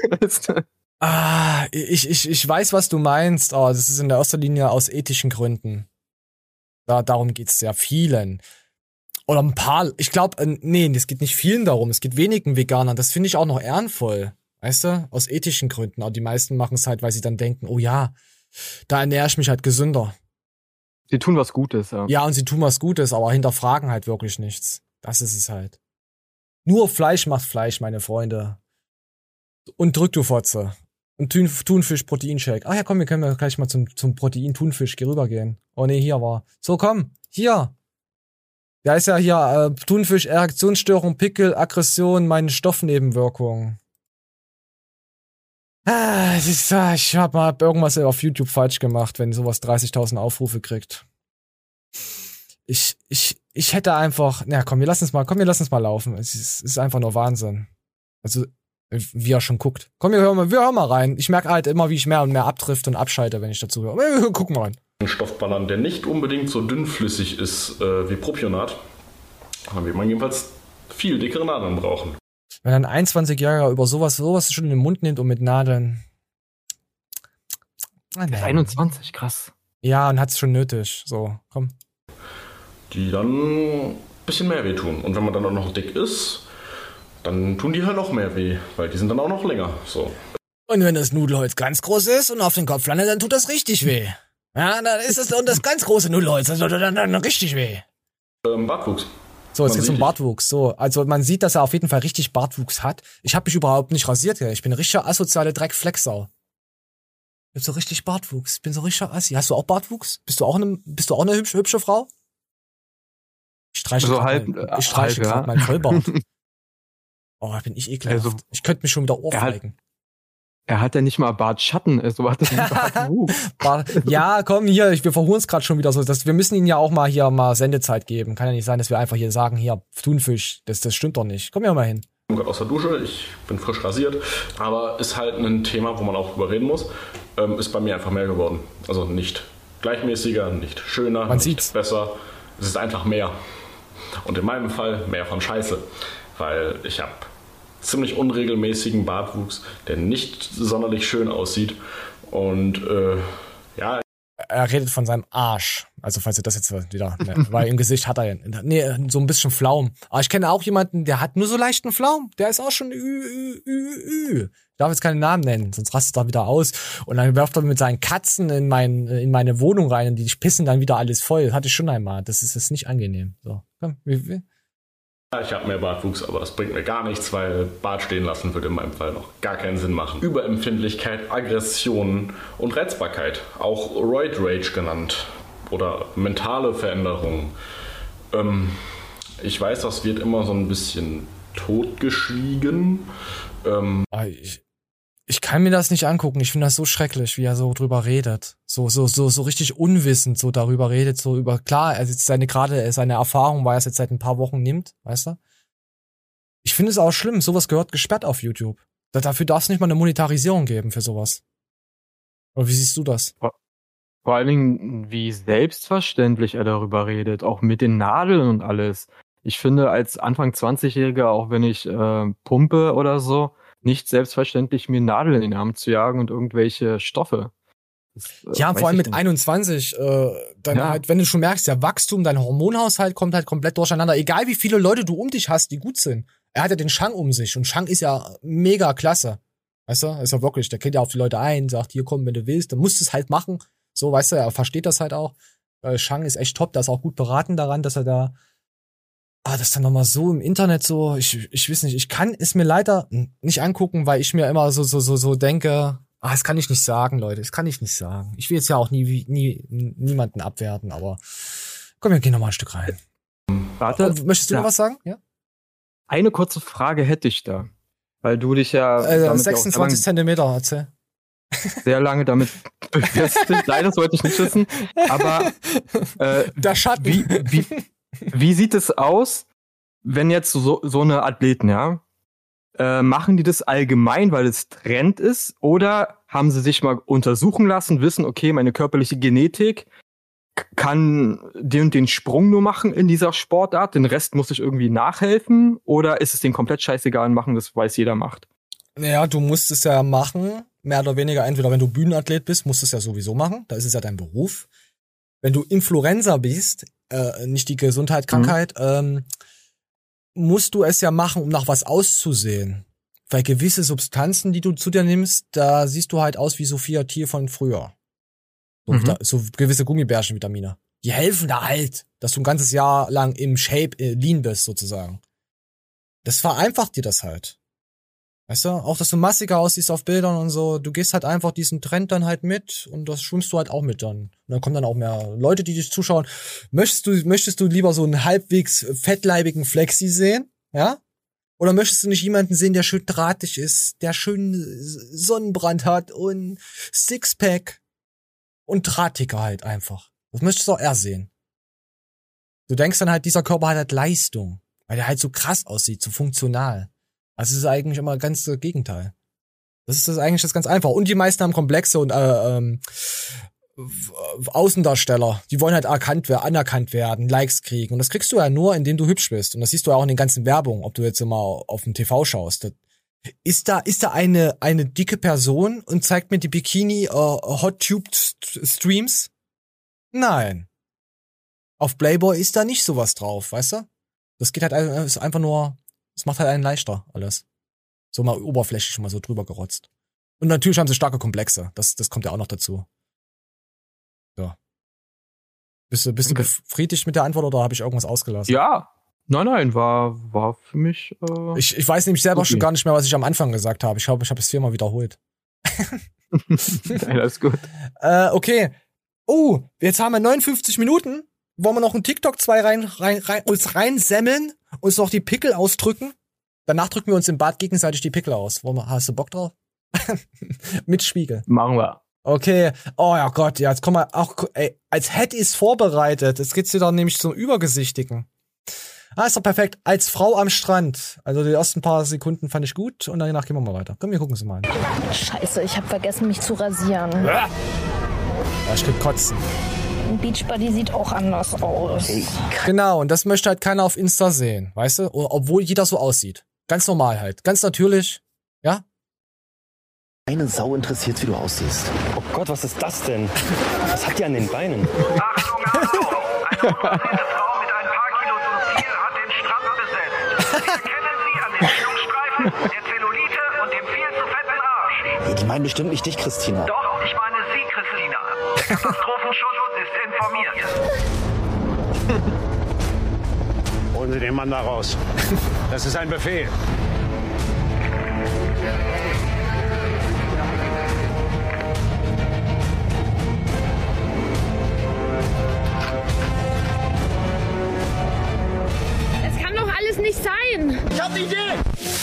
Ich weiß, was du meinst. Oh, das ist in der erster Linie aus ethischen Gründen. Darum geht's ja vielen. Oder ein paar, ich glaube, nee, es geht nicht vielen darum, es geht wenigen Veganern. Das finde ich auch noch ehrenvoll. Weißt du? Aus ethischen Gründen. Aber die meisten machen es halt, weil sie dann denken, oh ja, da ernähre ich mich halt gesünder. Sie tun was Gutes, ja. Ja, und sie tun was Gutes, aber hinterfragen halt wirklich nichts. Das ist es halt. Nur Fleisch macht Fleisch, meine Freunde. Und drück du Fotze. Und Thunfisch-Proteinshake. Ach ja, komm, wir können gleich mal zum Protein-Thunfisch rübergehen. Oh nee, hier war. So, komm, hier. Da ist ja hier Thunfisch, Erektionsstörung, Pickel, Aggression, meine Stoffnebenwirkungen. Ich hab mal irgendwas auf YouTube falsch gemacht, wenn sowas 30.000 Aufrufe kriegt. Ich hätte einfach, na komm, wir lassen es mal laufen. Es ist einfach nur Wahnsinn. Also, wie er schon guckt. Komm, wir hören mal rein. Ich merke halt immer, wie ich mehr und mehr abdrift und abschalte, wenn ich dazu höre. Wir gucken mal rein. Ein Stoffballern, der nicht unbedingt so dünnflüssig ist wie Propionat, dann wird man jedenfalls viel dickere Nadeln brauchen. Wenn ein 21-Jähriger über sowas schon in den Mund nimmt und mit Nadeln. 21, krass. Ja, und hat's schon nötig. So, komm. Die dann ein bisschen mehr wehtun. Und wenn man dann auch noch dick ist, dann tun die halt noch mehr weh, weil die sind dann auch noch länger. So. Und wenn das Nudelholz ganz groß ist und auf den Kopf landet, dann tut das richtig weh. Ja, dann ist das und das ganz große Nudelholz, das tut dann richtig weh. Bartwuchs. So, jetzt geht's um Bartwuchs. So, also man sieht, dass er auf jeden Fall richtig Bartwuchs hat. Ich habe mich überhaupt nicht rasiert, ja. Ich bin eine richtige asoziale Dreckflecksau. Ich hab so richtig Bartwuchs. Ich bin so richtig assi. Hast du auch Bartwuchs? Bist du auch eine hübsche Frau? Ich streiche so gerade meinen Vollbart. Oh, bin ich ekelhaft. Also, ich könnte mich schon wieder ohrfeigen. Er hat ja nicht mal Bartschatten, so hat er Bartwuchs. Ja, komm hier, wir verhuren es gerade schon wieder so. Wir müssen ihnen ja auch mal hier Sendezeit geben. Kann ja nicht sein, dass wir einfach hier sagen, hier, Thunfisch, das stimmt doch nicht. Komm hier mal hin. Ich bin gerade aus der Dusche, ich bin frisch rasiert, aber ist halt ein Thema, wo man auch drüber reden muss. Ist bei mir einfach mehr geworden. Also nicht gleichmäßiger, nicht schöner, man nicht sieht's. Besser. Es ist einfach mehr. Und in meinem Fall mehr von Scheiße. Weil ich habe ziemlich unregelmäßigen Bartwuchs, der nicht sonderlich schön aussieht. Und ja. er redet von seinem Arsch. Also falls ihr das jetzt wieder, ne, weil im Gesicht hat er so ein bisschen Flaum. Aber ich kenne auch jemanden, der hat nur so leichten Flaum. Der ist auch schon Ich darf jetzt keinen Namen nennen, sonst rastet er wieder aus. Und dann wirft er mit seinen Katzen in meine Wohnung rein und die pissen dann wieder alles voll. Das hatte ich schon einmal. Das ist nicht angenehm. So, komm, Ich habe mehr Bartwuchs, aber das bringt mir gar nichts, weil Bart stehen lassen würde in meinem Fall noch gar keinen Sinn machen. Überempfindlichkeit, Aggression und Reizbarkeit, auch Roid Rage genannt oder mentale Veränderungen. Ich weiß, das wird immer so ein bisschen totgeschwiegen. Ich kann mir das nicht angucken. Ich finde das so schrecklich, wie er so drüber redet. So richtig unwissend so darüber redet, so über, klar, er jetzt seine Erfahrung, weil er es jetzt seit ein paar Wochen nimmt, weißt du? Ich finde es auch schlimm. Sowas gehört gesperrt auf YouTube. Dafür darf es nicht mal eine Monetarisierung geben für sowas. Oder wie siehst du das? Vor allen Dingen, wie selbstverständlich er darüber redet, auch mit den Nadeln und alles. Ich finde, als Anfang 20-Jähriger, auch wenn ich pumpe oder so, nicht selbstverständlich, mir Nadeln in den Arm zu jagen und irgendwelche Stoffe. Das, ja, vor allem mit 21, halt, wenn du schon merkst, der Wachstum, dein Hormonhaushalt kommt halt komplett durcheinander. Egal wie viele Leute du um dich hast, die gut sind. Er hat ja den Shang um sich und Shang ist ja mega klasse. Weißt du, ist ja wirklich, der kennt ja auf die Leute ein, sagt, hier komm, wenn du willst, dann musst du es halt machen. So, weißt du, er versteht das halt auch. Shang ist echt top, der ist auch gut beraten daran, dass er da das dann nochmal so im Internet so, ich weiß nicht, ich kann es mir leider nicht angucken, weil ich mir immer so denke, das kann ich nicht sagen, Leute, das kann ich nicht sagen. Ich will jetzt ja auch niemanden abwerten, aber komm, wir gehen nochmal ein Stück rein. Warte. Möchtest du noch was sagen? Ja? Eine kurze Frage hätte ich da, weil du dich ja 26 Zentimeter, erzähl. Sehr lange damit befestigt. Nein, das wollte ich nicht wissen. Aber der Schatten. Wie sieht es aus, wenn jetzt so eine Athleten, ja, machen die das allgemein, weil es Trend ist, oder haben sie sich mal untersuchen lassen, wissen, okay, meine körperliche Genetik kann den Sprung nur machen in dieser Sportart, den Rest muss ich irgendwie nachhelfen, oder ist es denen komplett scheißegal und machen das, weil es jeder macht? Naja, du musst es ja machen, mehr oder weniger, entweder wenn du Bühnenathlet bist, musst du es ja sowieso machen, da ist es ja dein Beruf. Wenn du Influencer bist, nicht die Gesundheit, Krankheit, musst du es ja machen, um nach was auszusehen. Weil gewisse Substanzen, die du zu dir nimmst, da siehst du halt aus wie Sophia Thiel von früher. So gewisse Gummibärchenvitamine. Die helfen da halt, dass du ein ganzes Jahr lang im Shape lean bist, sozusagen. Das vereinfacht dir das halt. Weißt du, auch dass du massiger aussiehst auf Bildern und so, du gehst halt einfach diesen Trend dann halt mit und das schwimmst du halt auch mit dann. Und dann kommen dann auch mehr Leute, die dich zuschauen. Möchtest du lieber so einen halbwegs fettleibigen Flexi sehen, ja? Oder möchtest du nicht jemanden sehen, der schön drahtig ist, der schön Sonnenbrand hat und Sixpack und drahtiger halt einfach. Das möchtest du auch eher sehen. Du denkst dann halt, dieser Körper hat halt Leistung, weil der halt so krass aussieht, so funktional. Also es ist eigentlich immer ganz das Gegenteil. Das ist eigentlich das ganz einfach. Und die meisten haben Komplexe und Außendarsteller, die wollen halt anerkannt werden, Likes kriegen. Und das kriegst du ja nur, indem du hübsch bist. Und das siehst du ja auch in den ganzen Werbungen, ob du jetzt immer auf dem TV schaust. Ist da eine dicke Person und zeigt mir die Bikini Hot Tube Streams? Nein. Auf Playboy ist da nicht sowas drauf, weißt du? Das geht halt ist einfach nur, es macht halt einen leichter, alles. So mal oberflächlich mal so drüber gerotzt. Und natürlich haben sie starke Komplexe. Das kommt ja auch noch dazu. Ja. Bist du befriedigt mit der Antwort oder habe ich irgendwas ausgelassen? Ja. Nein, war für mich. Ich weiß nämlich selber schon gar nicht mehr, was ich am Anfang gesagt habe. Ich glaube, ich habe es 4-mal wiederholt. Nein, alles gut. Okay. Oh, jetzt haben wir 59 Minuten. Wollen wir noch einen TikTok 2 uns reinsemmeln, uns noch die Pickel ausdrücken? Danach drücken wir uns im Bad gegenseitig die Pickel aus. Hast du Bock drauf? Mit Spiegel. Machen wir. Okay. Oh ja Gott, ja, jetzt kommen wir auch, als hätte ich es vorbereitet. Jetzt geht's wieder nämlich zum Übergesichtigen. Ist doch perfekt. Als Frau am Strand. Also die ersten paar Sekunden fand ich gut und danach gehen wir mal weiter. Komm, wir gucken es mal an. Scheiße, ich habe vergessen, mich zu rasieren. Ja, ich krieg Kotzen. Ein Beachbody sieht auch anders aus. Genau, und das möchte halt keiner auf Insta sehen, weißt du? Obwohl jeder so aussieht. Ganz normal halt. Ganz natürlich. Ja? Keine Sau interessiert, wie du aussiehst. Oh Gott, was ist das denn? Was hat die an den Beinen? Achtung, Achtung! Eine unrasierte Frau mit ein paar Kilo zu viel hat den Strand besetzt. Sie erkennen sie an den Dehnungsstreifen, der Zellulite und dem viel zu fetten Arsch. Hey, die meinen bestimmt nicht dich, Christina. Doch, ich meine Sie, Christina. Der Katastrophenschutz ist informiert. Holen Sie den Mann da raus. Das ist ein Befehl. Es kann doch alles nicht sein. Ich hab die Idee.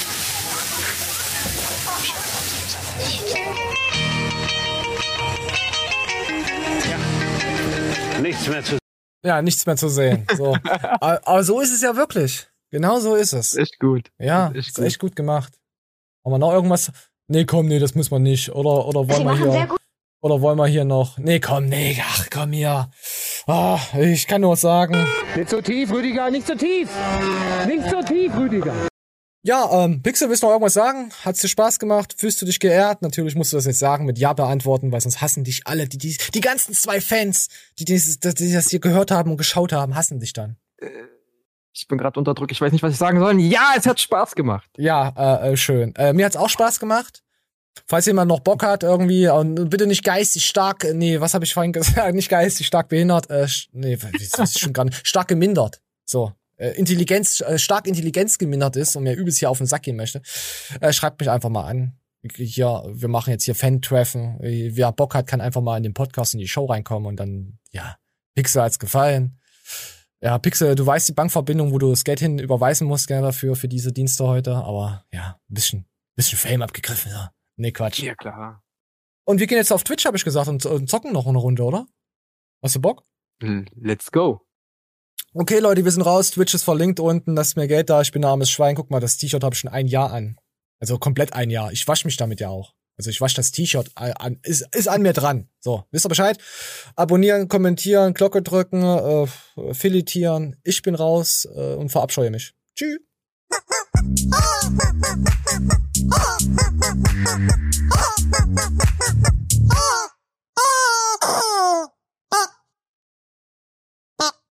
Ja. Nichts mehr zu Ja, nichts mehr zu sehen. So. Aber so ist es ja wirklich. Genau so ist es. Echt gut. Ja, ist echt gut gemacht. Haben wir noch irgendwas? Nee, komm, nee, das muss man nicht. Oder wollen wir hier? Oder wollen wir hier noch? Nee, komm hier. Ah, ich kann nur sagen. Nicht so tief, Rüdiger, nicht so tief. Nicht so tief, Rüdiger. Ja, Pixel, willst du noch irgendwas sagen? Hat's dir Spaß gemacht? Fühlst du dich geehrt? Natürlich musst du das jetzt sagen, mit Ja beantworten, weil sonst hassen dich alle. Die ganzen 2 Fans, die das hier gehört haben und geschaut haben, hassen dich dann. Ich bin gerade unter Druck, ich weiß nicht, was ich sagen soll. Ja, es hat Spaß gemacht. Ja, schön. Mir hat's auch Spaß gemacht. Falls jemand noch Bock hat, irgendwie, und bitte nicht geistig stark, was habe ich vorhin gesagt? Nicht geistig stark behindert, das ist schon gar nicht, stark gemindert. So. Stark Intelligenz gemindert ist und mir übelst hier auf den Sack gehen möchte, schreibt mich einfach mal an. Ja, wir machen jetzt hier Fan-Treffen. Wer Bock hat, kann einfach mal in den Podcast in die Show reinkommen und dann, ja, Pixel hat's gefallen. Ja, Pixel, du weißt die Bankverbindung, wo du das Geld hin überweisen musst, gerne dafür, für diese Dienste heute, aber ja, ein bisschen Fame abgegriffen, ja. Nee, Quatsch. Ja, klar. Und wir gehen jetzt auf Twitch, habe ich gesagt, und zocken noch eine Runde, oder? Hast du Bock? Let's go. Okay, Leute, wir sind raus. Twitch ist verlinkt unten. Lasst mir Geld da. Ich bin ein armes Schwein. Guck mal, das T-Shirt habe ich schon 1 Jahr an. Also komplett 1 Jahr. Ich wasche mich damit ja auch. Also ich wasche das T-Shirt an. Ist an mir dran. So, wisst ihr Bescheid? Abonnieren, kommentieren, Glocke drücken, filetieren. Ich bin raus und verabscheue mich. Tschüss.